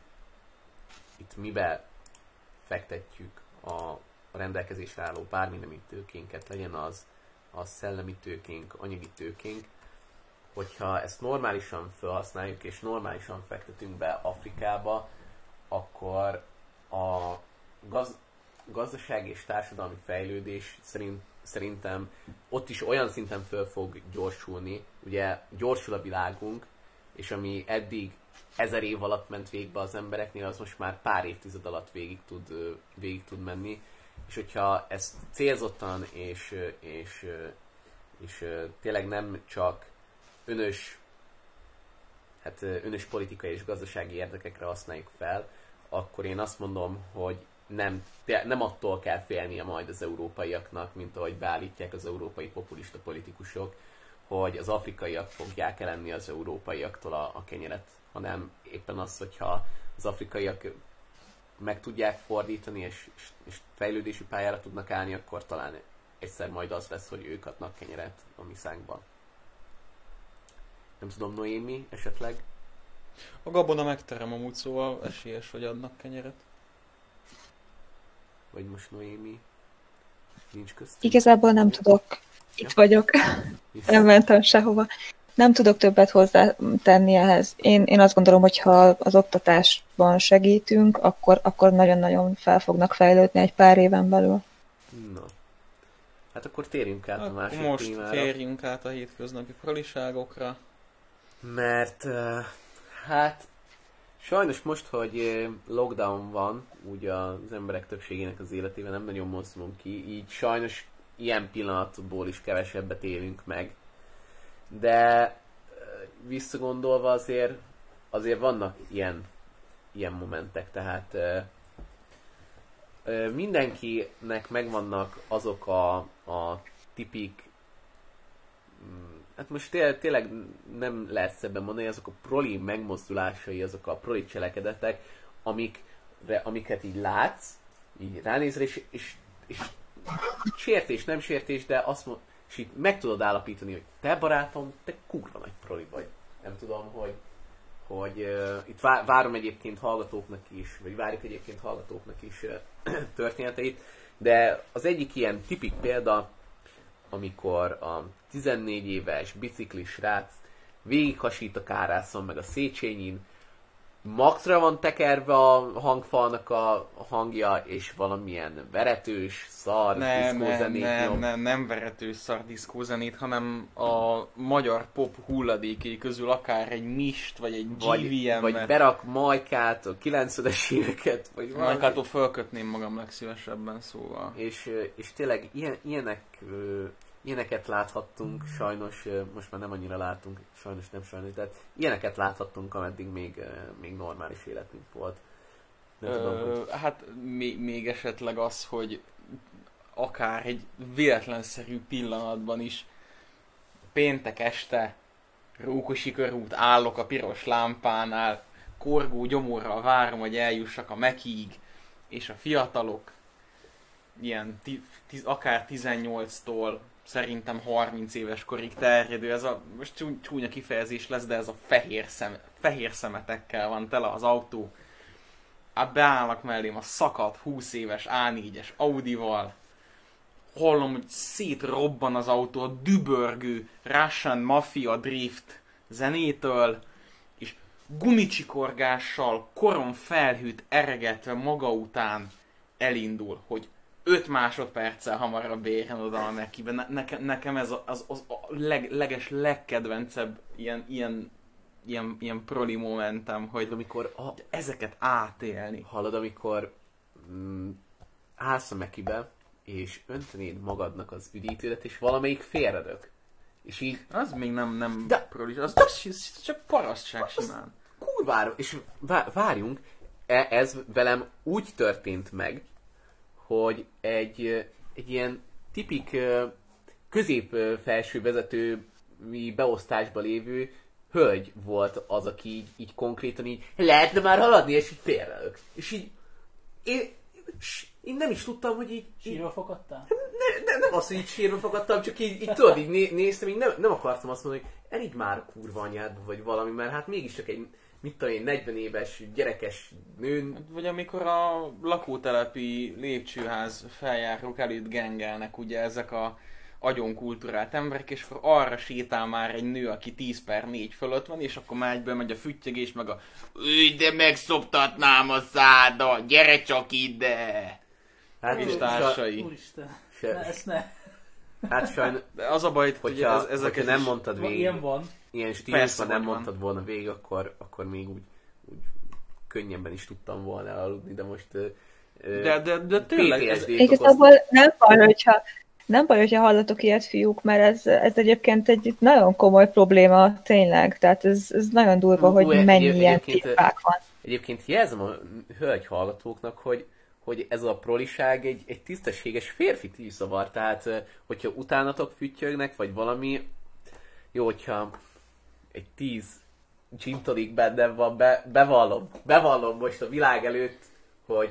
B: itt mibe fektetjük a rendelkezésre álló bármi nemű tőkénket, legyen az, az szellemi tőkénk, anyagi tőkénk, hogyha ezt normálisan felhasználjuk és normálisan fektetünk be Afrikába, akkor a gaz, gazdasági és társadalmi fejlődés szerint, szerintem ott is olyan szinten föl fog gyorsulni, ugye gyorsul a világunk, és ami eddig ezer év alatt ment végbe az embereknél, az most már pár évtized alatt végig tud, végig tud menni, és hogyha ezt célzottan és, és, és tényleg nem csak önös, hát önös politikai és gazdasági érdekekre használjuk fel, akkor én azt mondom, hogy nem, nem attól kell félnie majd az európaiaknak, mint ahogy beállítják az európai populista politikusok, hogy az afrikaiak fogják elenni az európaiaktól a, a kenyeret, hanem éppen az, hogyha az afrikaiak meg tudják fordítani, és, és, és fejlődési pályára tudnak állni, akkor talán egyszer majd az lesz, hogy ők adnak kenyeret a mi szánkban. Nem tudom, Noémi esetleg?
A: A gabona megterem amúgy, szóval esélyes, hogy adnak kenyeret.
B: Vagy most Noémi nincs köztünk?
C: Igazából nem tudok. Itt ja. vagyok. Nem mentem sehova. Nem tudok többet hozzátenni ehhez. Én, én azt gondolom, hogy ha az oktatásban segítünk, akkor, akkor nagyon-nagyon fel fognak fejlődni egy pár éven belül.
B: Na. Hát akkor térjünk át a másik
A: Most
B: témára.
A: térjünk át a hétköznapi proliságokra.
B: Mert hát sajnos most, hogy lockdown van, úgy az emberek többségének az életében nem nagyon mozdulunk ki, így sajnos ilyen pillanatból is kevesebbet élünk meg. De visszagondolva azért, azért vannak ilyen, ilyen momentek, tehát mindenkinek megvannak azok a, a tipik, hát most tényleg, tényleg nem lehet szebben mondani, azok a proli megmozdulásai, azok a proli cselekedetek, amikre, amiket így látsz, így ránézre, és, és, és sértés, nem sértés, de azt mond, és így meg tudod állapítani, hogy te barátom, te kurva nagy proli vagy. Nem tudom, hogy, hogy uh, itt várom egyébként hallgatóknak is, vagy várjuk egyébként hallgatóknak is uh, történeteit, de az egyik ilyen tipik példa, amikor a tizennégy éves biciklis srác végighasít a Kárászon, meg a Széchenyin, maxra van tekerve a hangfalnak a hangja, és valamilyen veretős, szar,
A: nem,
B: diszkózenét
A: nem,
B: nyom.
A: nem, nem, nem veretős, szar, diszkózenét, hanem a magyar pop hulladéké közül akár egy Mist, vagy egy
B: vagy,
A: gé vé em-et.
B: Vagy berak Majkát, a kilencvenes éveket, vagy valami.
A: Majkától fölkötném magam legszívesebben, szóval.
B: És, és tényleg ilyen, ilyenek, ilyeneket láthattunk, sajnos, most már nem annyira látunk, sajnos nem sajnos, de ilyeneket láthattunk, ameddig még, még normális életünk volt. Nem
A: Ö,
B: tudom, hogy...
A: Hát még, még esetleg az, hogy akár egy véletlenszerű pillanatban is péntek este Rókosi körút állok a piros lámpánál, korgó gyomorral várom, hogy eljussak a Mekig, és a fiatalok ilyen tiz, tiz, akár tizennyolctól szerintem harminc éves korig terjedő, ez a, most csúnya kifejezés lesz, de ez a fehér, szem, fehér szemetekkel van tele az autó. Hát beállnak mellém a szakadt húsz éves á négyes Audival. Hallom, hogy szétrobban az autó a dübörgő Russian Mafia Drift zenétől, és gumicsikorgással, koron felhűt eregetve maga után elindul, hogy öt másodperccel hamarabb érjen oda a nekibe. Ne, nekem, nekem ez a, az, az a leg, leges, legkedvencebb ilyen, ilyen, ilyen, ilyen proli momentum, hogy
B: amikor a,
A: ezeket átélni.
B: Hallod, amikor mm, állsz a mekibe, és öntenéd magadnak az üdítődet, és valamelyik félredök. És így...
A: Az még nem, nem
B: de,
A: proli, az
B: de,
A: csak parasztság simán.
B: Kurvára, és várjunk, ez velem úgy történt meg, hogy egy, egy ilyen tipik közép-felső vezetői beosztásba lévő hölgy volt az, aki így, így konkrétan így lehetne már haladni, és így félrelök. És így én, én nem is tudtam, hogy így...
D: Sírva fogadtál?
B: Ne, ne, nem azt, hogy így sírva fogadtam, csak így, így tudod, így né, néztem, így nem, nem akartam azt mondani, hogy elég már kurva anyádba, vagy valami, mert hát mégiscsak egy mit tudom én, negyven éves gyerekes nőn...
A: Vagy amikor a lakótelepi lépcsőház feljárók előtt gengelnek ugye ezek a agyonkultúrált emberek, és akkor arra sétál már egy nő, aki tíz per négy fölött van, és akkor már egyből megy a füttyögés, meg a üj, de megszoptatnám a szádat, gyere csak ide! Hát, és társai.
D: Úristen, ne, ezt ne.
B: Hát sajnos...
A: De az a baj, hogy
B: hogyha,
A: ez, ezeket
B: nem mondtad végig.
D: Ilyen van.
B: Ilyen stílusban nem mondtad volna végig, akkor, akkor még úgy, úgy könnyebben is tudtam volna elaludni, de most uh,
A: de, de, de tényleg
C: ez... Igazából nem baj, hogyha, nem baj, hogyha hallatok ilyet, fiúk, mert ez, ez egyébként egy nagyon komoly probléma, tényleg. Tehát ez, ez nagyon durva, hogy
B: Ú,
C: mennyi egy, ilyen tippák van.
B: Egyébként jelzem a hölgy hallgatóknak, hogy hogy ez a proliság egy, egy tisztességes férfit is zavar, tehát hogyha utánatok füttyögnek, vagy valami, jó, hogyha egy tíz gin tonic bennem van, be, bevallom, bevallom most a világ előtt, hogy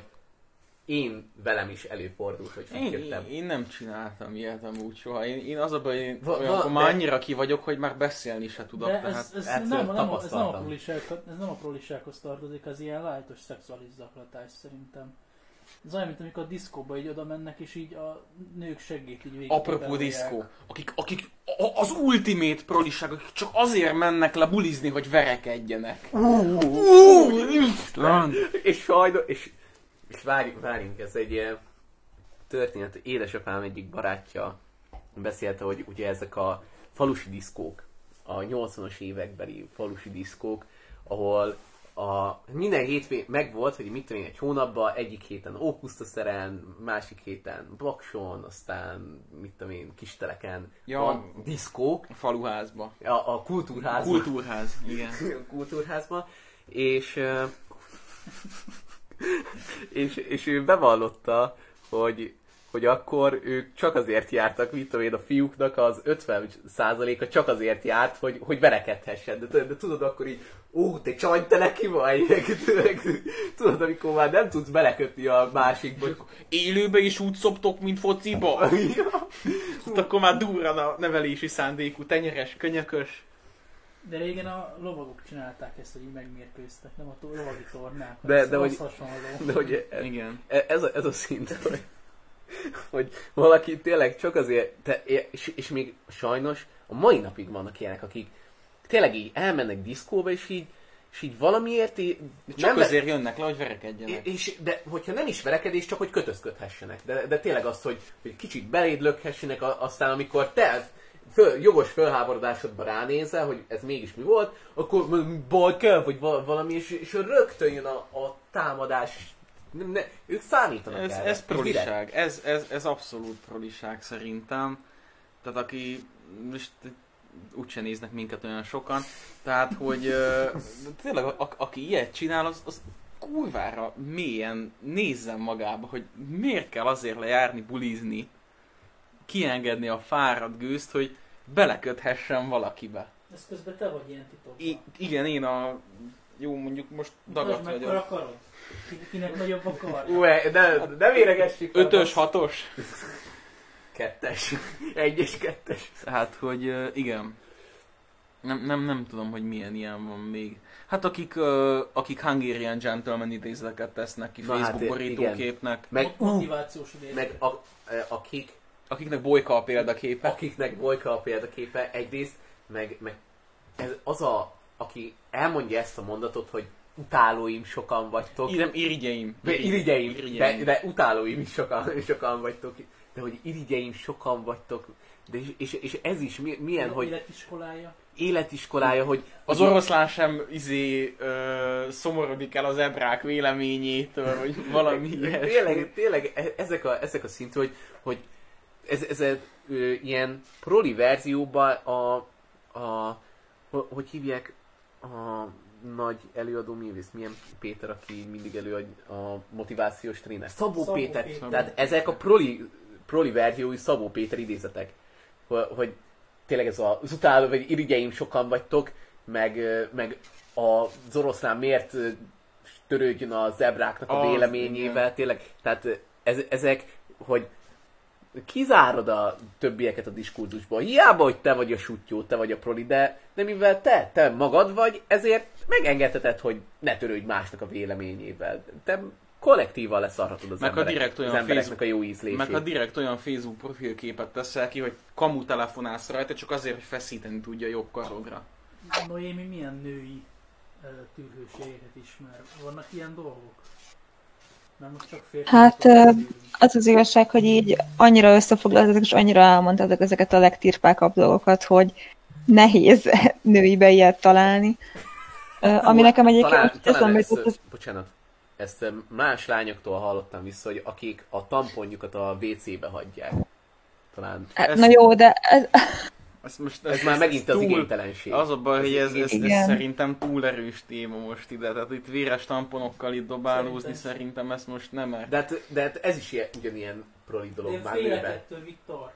B: én velem is előfordult, hogy füttyögtem.
A: Én, én nem csináltam ilyet amúgy soha. Én, én az a baj, én va, va, már annyira ki vagyok, hogy már beszélni se tudok.
D: De
A: tehát
D: ez, ez, nem, nem, ez, nem a proliság, ez nem a prolisághoz tartozik, az ilyen lájtos szexuális zaklatás szerintem. Ez olyan, mint amikor a diszkóba így oda mennek, és így a nők seggét így végig.
A: Apropó diszkó, akik, akik a, az ultimate proliság, akik csak azért mennek le bulizni, hogy verekedjenek. Uh, uh, uh,
B: és sajnos, és, és várjunk, várjunk, ez egy uh, történet. Édesapám egyik barátja beszélte, hogy ugye ezek a falusi diszkók, a nyolcvanas évekbeli falusi diszkók, ahol a, minden hétvégén megvolt, hogy mit tudom én, egy hónapban, egyik héten Ópusztaszeren, másik héten Bakson, aztán mit tudom én, Kisteleken
A: ja,
B: van diszkó.
A: A faluházba.
B: A, a kultúrházban.
A: Kultúrház, igen.
B: A kultúrházban. És, és, és ő bevallotta, hogy hogy akkor ők csak azért jártak, mit tudom én, a fiúknak az ötven százaléka csak azért járt, hogy, hogy verekedhessen. De, de, de tudod, akkor így, ó, te csany, te neki vagy? Tudod, amikor már nem tudsz belekötni a másikba.
A: Élőbe is úgy szoptok, mint fociba?
B: Ja.
A: Akkor már durran a nevelési szándékú, tenyeres, könyökös.
D: De régen a lovagok csinálták ezt, hogy így megmérkőztek, nem a lovagi tornák.
B: De, de, hogy, de hogy
A: igen.
B: Ez, a, ez a szint, hogy hogy valaki tényleg csak azért, te, és, és még sajnos a mai napig vannak ilyenek, akik tényleg így elmennek diszkóba, és így, és így valamiért így,
A: csak nem azért jönnek le, hogy verekedjenek.
B: És, de hogyha nem is verekedés, csak hogy kötözködhessenek. De, de tényleg azt, hogy, hogy kicsit beléd lökhessenek, aztán amikor te föl, jogos fölháborodásodba ránézel, hogy ez mégis mi volt, akkor baj kell, vagy valami, és, és rögtön jön a, a támadás. Nem, ne, ők számítanak
A: ez,
B: el.
A: Ez proliság, ez, ez, ez abszolút proliság szerintem. Tehát aki, most úgyse néznek minket olyan sokan, tehát hogy tényleg a, aki ilyet csinál, az, az kurvára mélyen nézzen magába, hogy miért kell azért lejárni, bulizni, kiengedni a fáradt gőzt, hogy beleköthessen valakibe.
D: Ez közben te vagy ilyen titokban.
A: I- igen, én a... Jó, mondjuk most dagadt vagyok.
D: Mekkora akarod? Kinek nagyobb a kar?
B: Ué, ne, ne véregessük.
A: Ötös, hatos?
B: Kettes. Egy és kettes.
A: Hát, hogy uh, igen. Nem, nem, nem tudom, hogy milyen ilyen van még. Hát akik, uh, akik Hungarian Gentleman idézeteket tesznek ki
B: Na,
A: Facebook
B: hát,
A: borítóképnek.
B: Meg,
D: motivációs idézet.
B: meg a, akik,
A: akiknek Bolyka a példaképe.
B: akiknek Bolyka a példaképe egyrészt, meg, meg ez az a, aki elmondja ezt a mondatot, hogy utálóim sokan vagytok.
A: Írem, irigyeim.
B: Irigyeim,
A: irigyeim.
B: de, de utálóim is sokan, sokan vagytok. De hogy irigyeim sokan vagytok. De és, és, és ez is mi, milyen,
D: a
B: hogy...
D: Életiskolája.
B: Életiskolája, hogy...
A: Az oroszlán sem izé ö, szomorodik el az ebrák véleményétől, vagy valami ilyesmi.
B: Tényleg, tényleg ezek a, ezek a szintű, hogy, hogy ez, ez egy ö, ilyen proli verzióban a, a hogy hívják a nagy előadó művész, milyen Péter, aki mindig előad a motivációs tréner? Szabó,
D: Szabó
B: Péter.
D: Péter.
B: Tehát ezek a proli, proli verziói Szabó Péter idézetek. Hogy tényleg ez az utáló, vagy irigyeim sokan vagytok, meg, meg az oroszlán miért törődjön a zebráknak a
A: az,
B: véleményével,
A: igen.
B: tényleg, tehát ez, ezek, hogy kizárod a többieket a diskurzusból. Hiába, hogy te vagy a sutyó, te vagy a proli, de, de mivel te, te magad vagy, ezért megengedheted, hogy ne törődj másnak a véleményével. Te kollektívan leszarhatod az,
A: meg
B: emberek,
A: ha direkt olyan
B: az embereknek
A: Facebook,
B: a jó ízlését.
A: meg ha direkt olyan Facebook profilképet teszel ki, hogy kamu telefonálsz rajta, csak azért, hogy feszíteni tudja jobb karodra.
D: Noémi milyen női uh, tűrhőségeket ismer? Vannak ilyen dolgok? Mert most csak férfiak.
C: Hát az az igazság, hogy így annyira összefoglaltatok, és annyira elmondtátok ezeket a legtirpákabb dolgokat, hogy nehéz nőibe ilyet találni. Uh, ami nekem egyébként
B: talán,
C: most
B: talán
C: eszembe
B: ezt,
C: jutott, az...
B: bocsánat, ezt más lányoktól hallottam vissza, hogy akik a tamponjukat a vé cébe hagyják. Talán.
C: Hát, na jó, de ez...
A: Ez, most,
B: Ez, ez már megint az
A: túl,
B: igénytelenség.
A: Az a baj, hogy ez, ez, ez
C: Igen.
A: szerintem túl erős téma most ide. Tehát itt véres tamponokkal itt dobálózni,
D: Szerintem.
A: szerintem ezt most nem er.
B: De hát, de hát ez is ilyen, ugyanilyen proli dolog
D: Én
B: már
D: félek
B: nőben.
D: ettől, Viktor.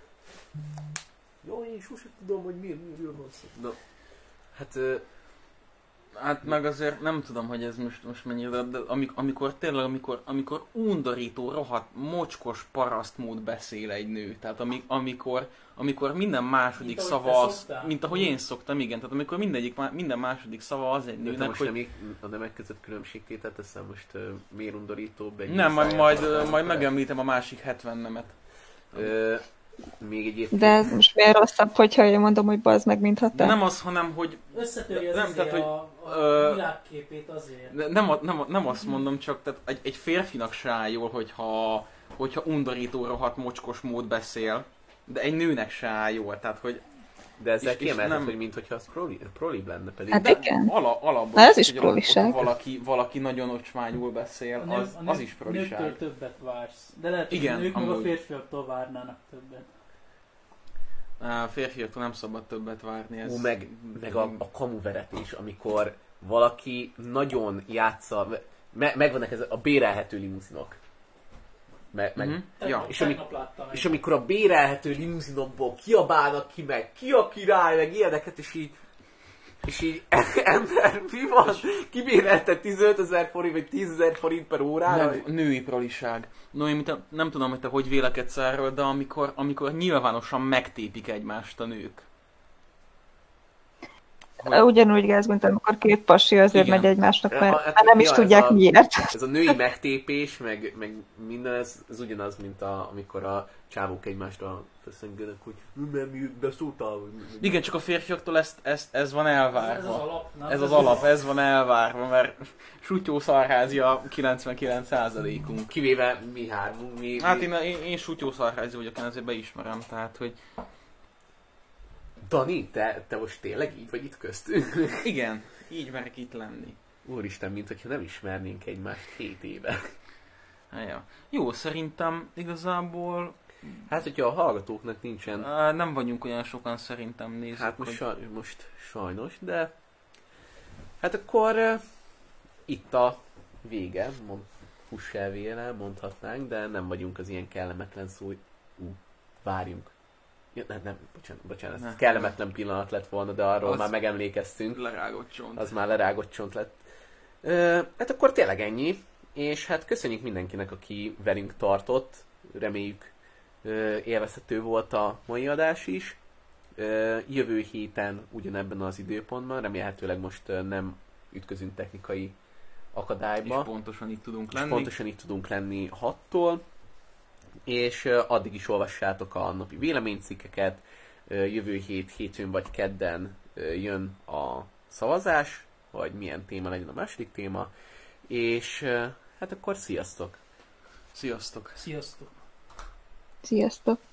B: Jó, én sosem tudom, hogy miért, miért van szó. Na, hát... ö,
A: Hát meg azért nem tudom, hogy ez most, most mennyire, de, de amik, amikor tényleg, amikor, amikor undorító, rohadt, mocskos parasztmód beszél egy nő. Tehát amik, amikor, amikor minden második
D: Mint ahogy
A: szava
D: te
A: az,
D: szoktál?
A: mint ahogy én szoktam, igen. Tehát amikor mindegyik, minden második szava az egy
B: de te
A: nőnek,
B: most
A: hogy
B: nem í- a nemek között különbségtételt teszem most uh, miért undorítóbb egy
A: nem, majd, majd,
B: száját,
A: majd
B: akkor-
A: megemlítem a másik hetven nemet.
B: Ö, még egyébként...
C: De ez most miért rosszabb, hogyha én mondom, hogy bazd meg, mintha
A: De
C: te?
A: nem az, hanem hogy
D: Összetöri az
A: Nem,
D: izé
A: tehát, hogy,
D: a, a
A: ö,
D: világképét azért.
A: de nem, a- nem, a- nem azt mondom, csak tehát egy, egy férfinak se áll jól, hogyha, hogyha undorító, rohadt, mocskos mód beszél, de egy nőnek se áll jól, tehát hogy
B: De ezzel
A: és- és
B: kiemelted,
A: nem-
B: hogy mintha az proli, proli lenne pedig.
C: Hát
B: de,
C: igen.
A: ala, alapban,
C: Na, ez is
A: hogy a-
C: proliság.
A: valaki, valaki nagyon ocsmányul beszél,
D: A nő-
A: az,
D: a nő-
A: az is proliság.
D: Nőktől többet vársz. De lehet, hogy
A: Igen,
D: a nők meg a
A: amúgy.
D: férfiaktól várnának többet.
A: A férfiaktól nem szabad többet várni. Ez
B: Ú, meg, meg a, a kamuveretés, amikor valaki nagyon játsza, me, megvannak ez a bérelhető limuzinok. Me, meg,
A: Mhm.
D: Tegnap-
A: Ja.
B: És ami-
D: tegnap láttam egy.
B: És amikor a bérelhető limuzinokból kiabálnak ki, meg ki a király, meg ilyeneket, és így, és így, ember, mi van? Kibérelte tizenötezer forint, vagy tízezer forint per órára?
A: Nem, női proliság. No, én te, nem tudom, hogy te hogy vélekedsz erről, de amikor, amikor nyilvánosan megtépik egymást a nők. Hogy-
C: Ugyanúgy gáz, mint amikor két pasi azért
A: Igen.
C: megy egymásnak,
B: Ja,
C: mert
B: hát
C: már nem is
B: ja, ez
C: tudják
B: a-
C: miért.
B: Ez a női megtépés, meg, meg minden, ez, ez ugyanaz, mint a, amikor a csávók egymásra feszengenek, hogy mert mi beszóltál, vagy mi-
A: Igen, csak a férfiaktól ezt, ezt, ez van elvárva.
D: Ez az alap, nem?
A: Ez az alap, ez van elvárva, mert sutyó szarházi a kilencvenkilenc százalékunk.
B: Kivéve mi hármunk, mi...
A: Hát
B: mi...
A: én, én, én sutyó szarházi vagyok, én azért beismerem, tehát hogy
B: Dani, te, te most tényleg így vagy itt köztünk?
A: igen, így merek itt lenni.
B: Úristen, mint hogyha nem ismernénk egymást hét éve.
A: Hát, ja. Jó, szerintem igazából
B: Hát, hogyha a hallgatóknak nincsen...
A: á, nem vagyunk olyan sokan szerintem nézzük,
B: Hát most,
A: hogy...
B: saj, most sajnos, de... Hát akkor uh, itt a vége, mond, fuss el vére, mondhatnánk, de nem vagyunk az ilyen kellemetlen szó... Ú, várjunk. Ja, nem, nem, bocsánat, bocsánat,
A: Ne.
B: ez kellemetlen pillanat lett volna, de arról
A: Az-
B: már megemlékeztünk.
A: Lerágott csont.
B: Az már lerágott csont lett. Ö, hát akkor tényleg ennyi, és hát köszönjük mindenkinek, aki velünk tartott. Reméljük élvezhető volt a mai adás is. Jövő héten ugyanebben az időpontban, remélhetőleg most nem ütközünk technikai akadályba.
A: És pontosan itt tudunk lenni.
B: És pontosan itt tudunk lenni hattól. És addig is olvassátok a napi véleménycikkeket. Jövő hét, hétfőn vagy kedden jön a szavazás, vagy milyen téma legyen a második téma. És hát akkor sziasztok!
A: Sziasztok!
D: Sziasztok!
C: Sziasztok!